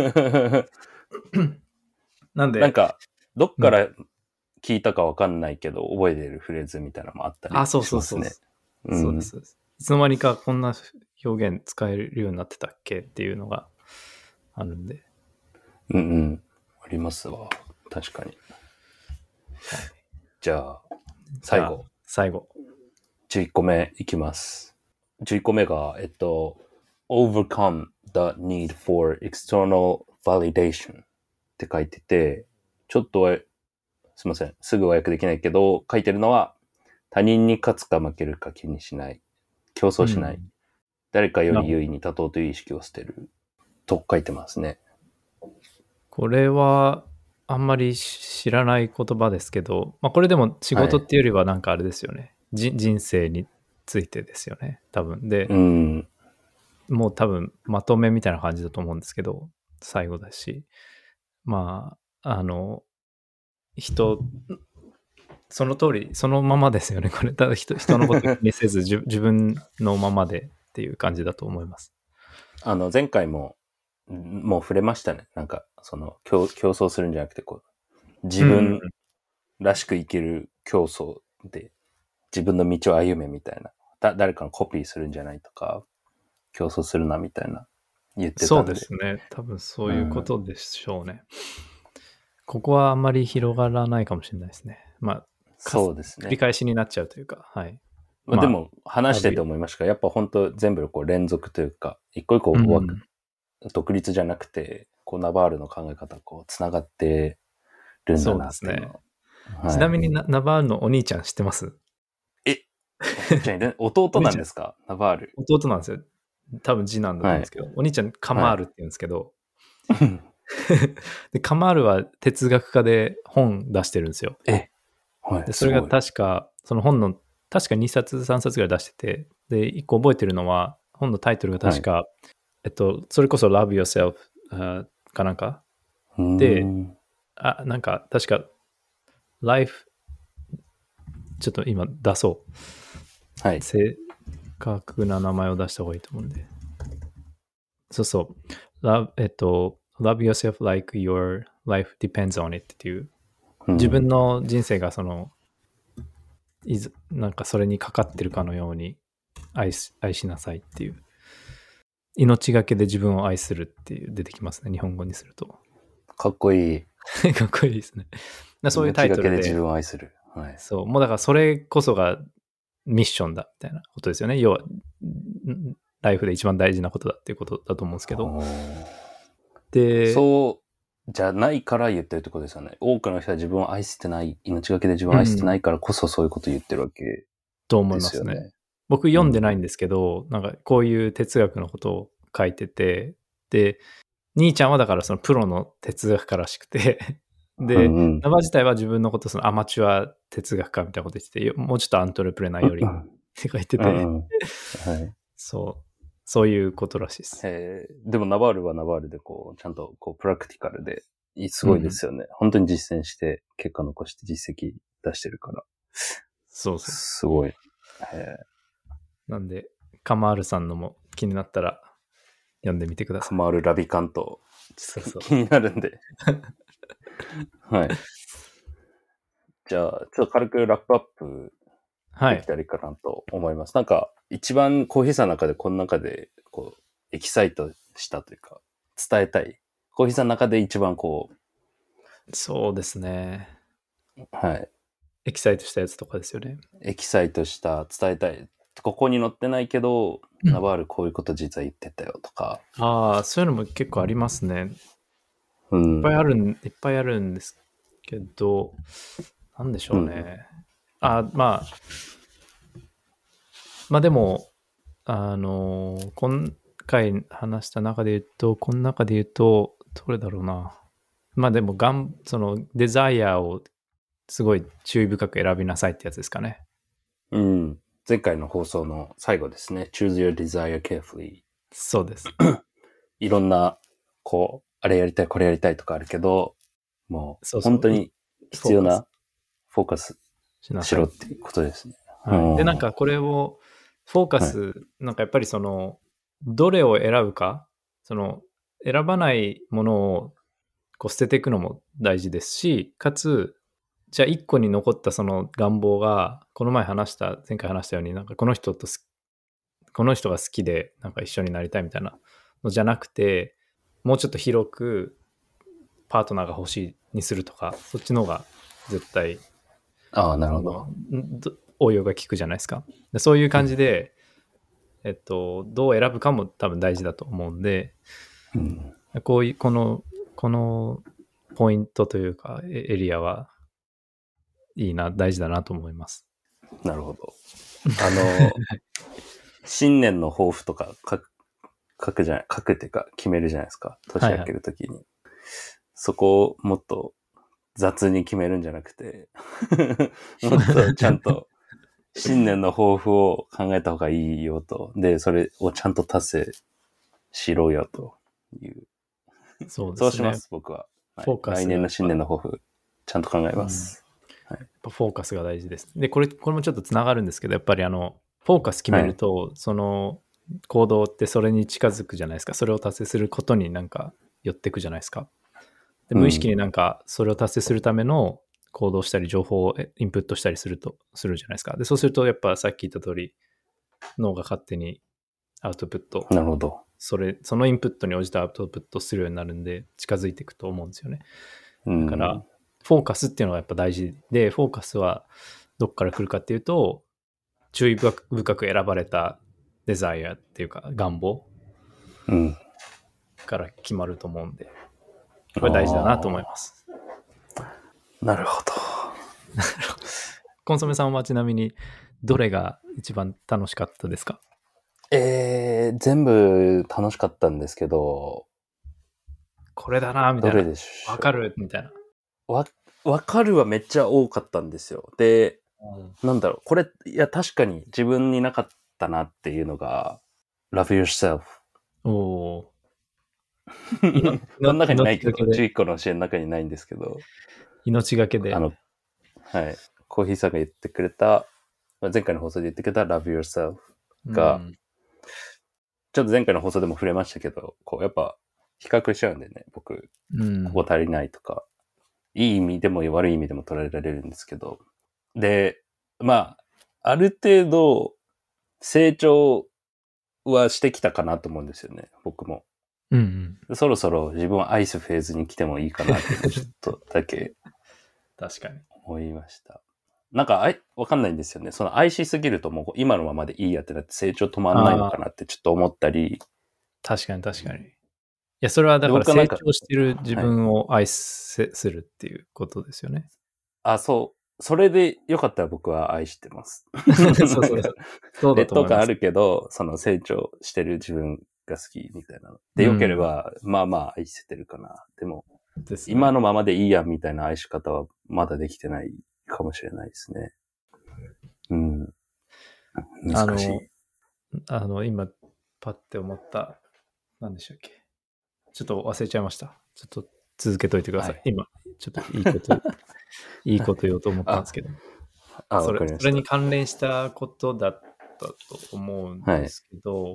なんで、 なんか、どっから聞いたかわかんないけど、覚えてるフレーズみたいなのもあったりしますね。 そうです。いつの間にかこんな表現使えるようになってたっけっていうのがあるんで。 ありますわ。確かに。はい、じゃあ、最後。11個目いきます。11個目が、overcome the need for external validation って書いてて、ちょっとすいません。すぐ和訳できないけど、書いてるのは、他人に勝つか負けるか気にしない。競争しない。誰かより優位に立とうという意識を捨てる。と書いてますね。 これは、あんまり知らない言葉ですけど、まあこれでも仕事っていうよりはなんかあれですよね。人生についてですよね。多分。で、もう多分まとめみたいな感じだと思うんですけど、最後だし。まあ、その通り、そのままですよね。これ、ただ人のこと気にせず自分のままでっていう感じだと思います。 前回もう触れましたね。なんか、競争するんじゃなくて、こう、自分らしく生きる競争で、自分の道を歩めみたいな。誰かのコピーするんじゃないとか、競争するなみたいな言ってたんで。 そうですね。多分そういうことでしょうね。ここはあんまり広がらないかもしれないですね。まあ、 そうですね。 繰り返しになっちゃうというか、はい。 でも、話してて思いましたが、やっぱ本当全部こう連続というか、一個一個独立じゃなくて、こうナバールの考え方こう繋がってるんだなっていうの。 そうですね。はい、ちなみにナバールのお兄ちゃん知ってます？ 弟なんですか？ナバール。 弟なんですよ。多分次男だと思うんですけど、お兄ちゃんカマールって言うんですけど、でカマールは哲学科で本出してるんですよ。でそれが確か、その本の、確か2冊3冊ぐらい出してて、で、1個覚えてるのは、本のタイトルが確か、それこそ Love Yourself かなんかで、なんか確か Life、ちょっと今出そう。 はい。 正確な名前を出した方がいいと思うんで。そうそう。Love yourself like your life depends on it っていう、自分の人生がなんかそれにかかってるかのように愛しなさいっていう。命がけで自分を愛するっていう出てきますね。日本語にすると。 かっこいい。 かっこいいですね。そういうタイトルで。 命がけで自分を愛する。はい。 そう。もうだからそれこそがミッションだみたいなことですよね。要は、ライフで一番大事なことだっていうことだと思うんですけど。 で、そうじゃないから言ってるってことですよね。多くの人は自分を愛してない、命がけで自分を愛してないからこそそういうこと言ってるわけですよね。 と思いますね。僕読んでないんですけど、なんかこういう哲学のことを書いてて、で、兄ちゃんはだからそのプロの哲学家らしくて、で、ナバ自体は自分のことそのアマチュア哲学家みたいなこと言ってて、もうちょっとアントレプレナーよりって書いてて、そういうことらしいです。 でもナバールはナバールでこう、ちゃんとこうプラクティカルですごいですよね。本当に実践して結果残して実績出してるから。 そうすごい。 なんで、カマールさんのも気になったら読んでみてください。 カマール・ラビカント、気になるんで。はい。じゃあ、ちょっと軽くラップアップできたらいいかなと思います。なんか、一番コーヒーさんの中で、この中で、こう、エキサイトしたというか、伝えたい。コーヒーさんの中で一番こう。 そうですね。 はい。 エキサイトしたやつとかですよね。 エキサイトした、伝えたい。ここに載ってないけど、ナバールこういうこと実は言ってたよとか。 そういうのも結構ありますね。いっぱいあるんですけど、なんでしょうね。まあでも、今回話した中で言うと、この中で言うと、どれだろうな。 まあでもそのデザイアをすごい注意深く選びなさいってやつですかね。 うん。前回の放送の最後ですね。choose your desire carefully。 そうです。 いろんな、こう、あれやりたい、これやりたいとかあるけど、もう、本当に必要なフォーカスしろっていうことですね。 はい。で、なんかこれを、フォーカス、なんかやっぱりその、どれを選ぶか、その、選ばないものをこう捨てていくのも大事ですし、かつ、じゃあ一個に残ったその願望が、前回話したように、なんかこの人が好きで、なんか一緒になりたいみたいなのじゃなくて、もうちょっと広くパートナーが欲しいにするとか、そっちの方が絶対、 なるほど。 応用が効くじゃないですか。そういう感じで、どう選ぶかも多分大事だと思うんで、このポイントというかエリアはいいな、大事だなと思います。 なるほど。新年の抱負とか書くっていうか決めるじゃないですか。年明けるときに、はいはい。そこをもっと雑に決めるんじゃなくて、もっとちゃんと新年の抱負を考えた方がいいよと。で、それをちゃんと達成しろよという。 そうですね。 そうします、僕は。 フォーカス。 来年の新年の抱負、ちゃんと考えます。 やっぱフォーカスが大事です。で、これもちょっとつながるんですけど、やっぱりフォーカス決めると、その行動ってそれに近づくじゃないですか。それを達成することになんか寄ってくじゃないですか。で、無意識になんかそれを達成するための行動したり情報をインプットしたりするじゃないですか。で、そうするとやっぱさっき言った通り脳が勝手にアウトプット。 なるほど。 そのインプットに応じたアウトプットするようになるんで近づいていくと思うんですよね。だから、フォーカスっていうのがやっぱ大事で、フォーカスはどっから来るかっていうと、注意深く選ばれたデザイアっていうか願望から決まると思うんで、これ大事だなと思います。 なるほど。 コンソメさんはちなみにどれが一番楽しかったですか？ 全部楽しかったんですけど、 これだなみたいな。 どれでしょう。 わかるみたいな。 わかるはめっちゃ多かったんですよ。で、なんだろう、これ、いや確かに自分になかったなっていうのが、Love Yourself。 おー。 この中にないけど、11個の教えの中にないんですけど。 命がけで。 はい。コーヒーさんが言ってくれた、前回の放送で言ってくれた Love Yourself が、ちょっと前回の放送でも触れましたけど、こう、やっぱ、比較しちゃうんでね、僕、ここ足りないとか、いい意味でも悪い意味でも捉えられるんですけど。で、まあ、ある程度、成長はしてきたかなと思うんですよね、僕も。そろそろ自分は愛すフェーズに来てもいいかなってちょっとだけ確かに思いました。なんかわかんないんですよね。その愛しすぎるともう今のままでいいやってなって成長止まんないのかなってちょっと思ったり。 確かに。いや、それはだから成長してる自分を愛するっていうことですよね。 そう。それでよかったら僕は愛してます。 そう劣等感あるけど、その成長してる自分が好きみたいなの。で、よければ、まあまあ愛せてるかな。でも、今のままでいいやみたいな愛し方はまだできてないかもしれないですね。難しい。 今、パッて思った、何でしたっけ。ちょっと忘れちゃいました。ちょっと続けといてください。今、ちょっといいこと言おうと思ったんですけど。それに関連したことだったと思うんですけど、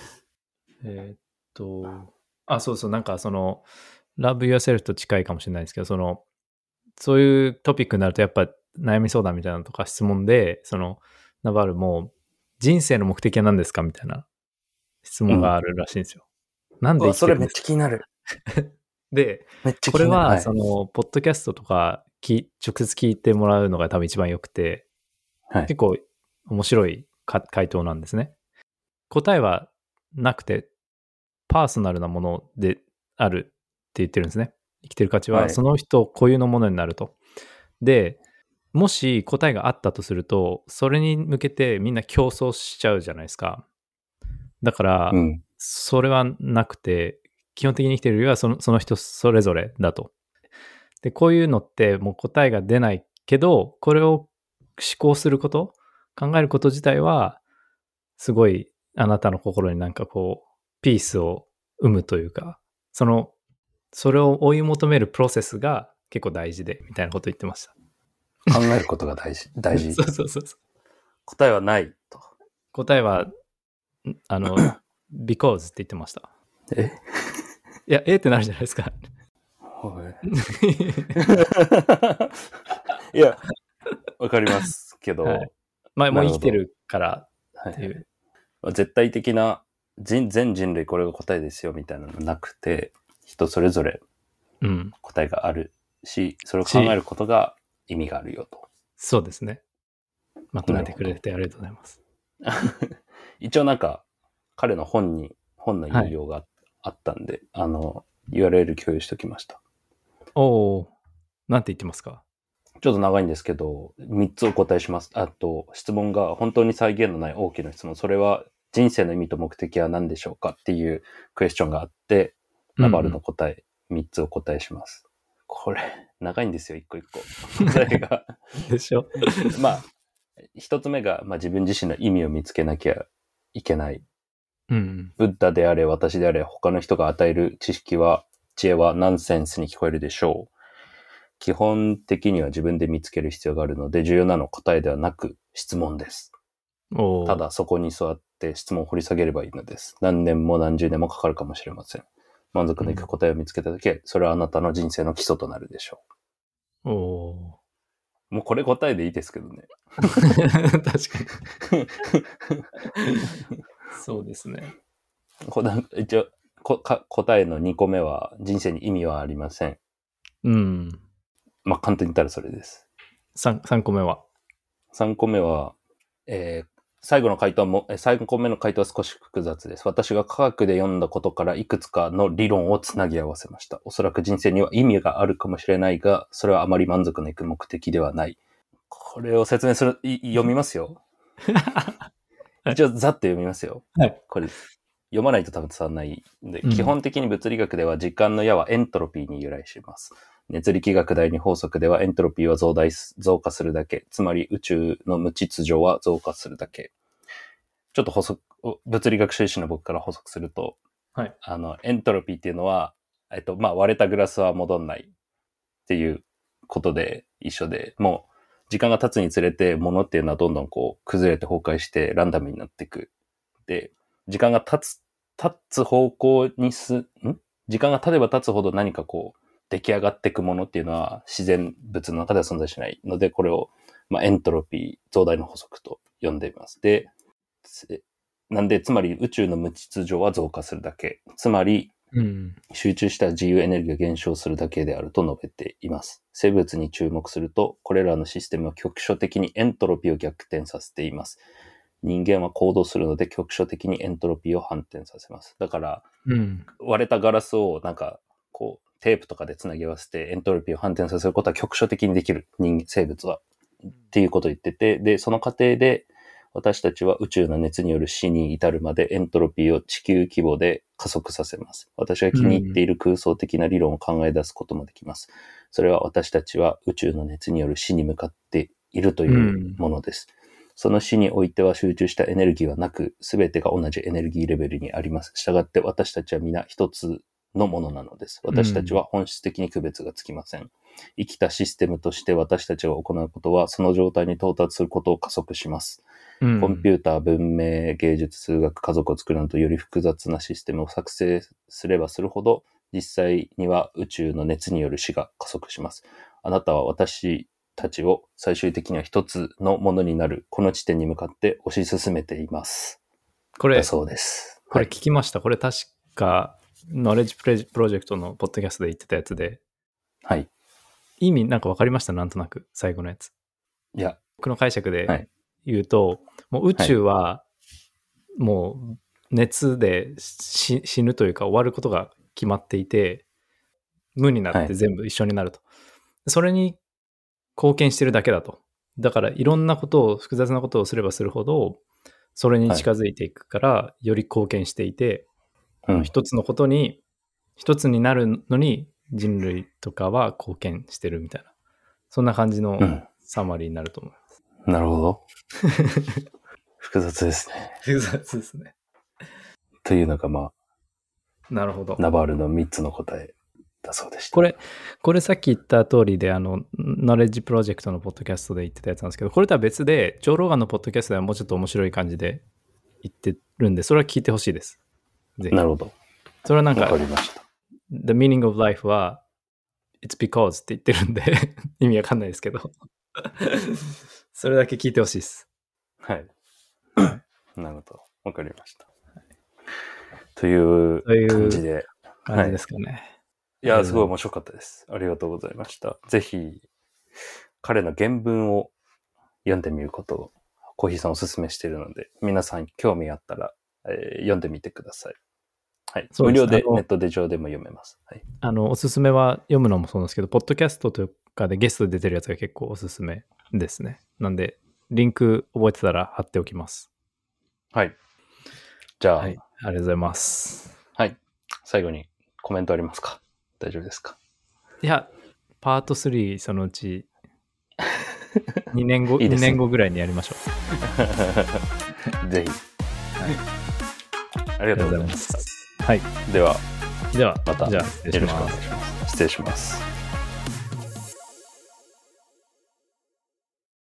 そう、なんかLove Yourself と近いかもしれないですけど、そういうトピックになるとやっぱ悩み相談みたいなのとか質問で、ナバールも人生の目的は何ですかみたいな質問があるらしいんですよ。なんで生きてるんですか？ それめっちゃ気になる。 で、これは、ポッドキャストとか直接聞いてもらうのが多分一番良くて、結構面白い回答なんですね。答えはなくて、パーソナルなものであるって言ってるんですね。生きてる価値はその人固有のものになると。で、もし答えがあったとすると、それに向けてみんな競争しちゃうじゃないですか。だから、それはなくて、基本的に生きてるよりはその人それぞれだと。 で、こういうのってもう答えが出ないけど、これを思考すること、考えること自体は、すごいあなたの心になんかこう、ピースを生むというか、それを追い求めるプロセスが結構大事で、みたいなこと言ってました。 考えることが大事。 そうそうそうそう。 答えはないと。 答えは、because って言ってました。 えいや、ってなるじゃないですか。 いや、わかりますけど。はい、 まあ、もう生きてるからっていう。 はい、絶対的な全人類これが答えですよみたいなのなくて、人それぞれ答えがあるし、それを考えることが意味があるよと。 そうですね。まとめてくれてありがとうございます。 一応なんか、彼の本の引用があったんで、URL 共有しておきました。 おー、なんて言ってますか？ ちょっと長いんですけど、3つお答えします。あと、質問が本当に再現のない大きな質問。それは、人生の意味と目的は何でしょうかっていうクエスチョンがあって、ナバルの答え、3つお答えします。これ、長いんですよ、一個一個。答えが。 でしょまあ、1つ目が、自分自身の意味を見つけなきゃいけない。ブッダであれ、私であれ、他の人が与える知恵はナンセンスに聞こえるでしょう。基本的には自分で見つける必要があるので、重要なのは答えではなく質問です。ただそこに座って質問を掘り下げればいいのです。何年も何十年もかかるかもしれません。満足のいく答えを見つけたとき、それはあなたの人生の基礎となるでしょう。もうこれ答えでいいですけどね。 確かに。そうですね。 一応答えの2個目は人生に意味はありません。簡単に言ったらそれです。 3個目は ?3 個目は、最後の回答も、3個目の回答は少し複雑です。私が科学で読んだことからいくつかの理論をつなぎ合わせました。おそらく人生には意味があるかもしれないが、それはあまり満足のいく目的ではない。これを説明読みますよ。一応、ざっと読みますよ。 はい。 これ、読まないと多分伝わらないんで、基本的に物理学では時間の矢はエントロピーに由来します。熱力学第二法則ではエントロピーは増加するだけ。つまり宇宙の無秩序は増加するだけ。ちょっと物理学修士の僕から補足すると、 はい、 エントロピーっていうのは、割れたグラスは戻んないっていうことで一緒で、もう時間が経つにつれて物っていうのはどんどん崩れて崩壊してランダムになっていく。で、時間が経つ方向に時間が経てば経つほど何か出来上がっていくものっていうのは自然物の中では存在しないので、これを、エントロピー増大の法則と呼んでいます。で、なんで、つまり宇宙の無秩序は増加するだけ。つまり、集中した自由エネルギーが減少するだけであると述べています。生物に注目すると、これらのシステムは局所的にエントロピーを逆転させています。人間は行動するので局所的にエントロピーを反転させます。だから、割れたガラスをテープとかでつなぎ合わせてエントロピーを反転させることは局所的にできる。生物は。っていうことを言ってて、で、その過程で私たちは宇宙の熱による死に至るまでエントロピーを地球規模で加速させます。私が気に入っている空想的な理論を考え出すこともできます。それは私たちは宇宙の熱による死に向かっているというものです。その死においては集中したエネルギーはなく、すべてが同じエネルギーレベルにあります。したがって私たちは皆一つのものなのです。私たちは本質的に区別がつきません。生きたシステムとして私たちが行うことは、その状態に到達することを加速します。コンピューター、文明、芸術、数学、家族を作るなどより複雑なシステムを作成すればするほど、実際には宇宙の熱による死が加速します。あなたは私たちを最終的には一つのものになるこの地点に向かって推し進めています。これだそうです。 これ聞きました。これ確かノレッジプロジェクトのポッドキャストで言ってたやつで。 はい。 意味なんか分かりました？なんとなく最後のやつ。 いや。 僕の解釈で言うと、もう宇宙はもう熱で死ぬというか終わることが決まっていて、無になって全部一緒になると。それに貢献してるだけだと。だからいろんなことを、複雑なことをすればするほど、それに近づいていくから、より貢献していて、一つのことに、一つになるのに人類とかは貢献してるみたいな、そんな感じのサマリーになると思います。 なるほど。複雑ですね。 複雑ですね。 というのがまあ、 なるほど。 ナバールの3つの答えだそうでした。 これさっき言った通りで、ノレッジプロジェクトのポッドキャストで言ってたやつなんですけど、これとは別で、ジョー・ローガンのポッドキャストではもうちょっと面白い感じで言ってるんで、それは聞いてほしいです。ぜひ。 なるほど。 それはなんか、 わかりました。 The meaning of life は、It's because って言ってるんで、意味わかんないですけど、それだけ聞いてほしいです。 はい。なるほど。わかりました。という感じで。 感じですかね。はい、 いや、すごい面白かったです。ありがとうございました。ぜひ、彼の原文を読んでみることを、コーヒーさんおすすめしているので、皆さん興味あったら、読んでみてください。はい。無料でネットで上でも読めます。はい。 おすすめは読むのもそうなんですけど、ポッドキャストとかでゲストで出てるやつが結構おすすめですね。なんで、リンク覚えてたら貼っておきます。 はい。じゃあ、 はい、ありがとうございます。 はい。最後にコメントありますか？大丈夫ですか？ いや、パート3そのうち2年後、 いいですね、 2年後ぐらいにやりましょう。ぜひ。はい。ありがとうございました。 はい。 ではまた、 よろしくお願いします。失礼します。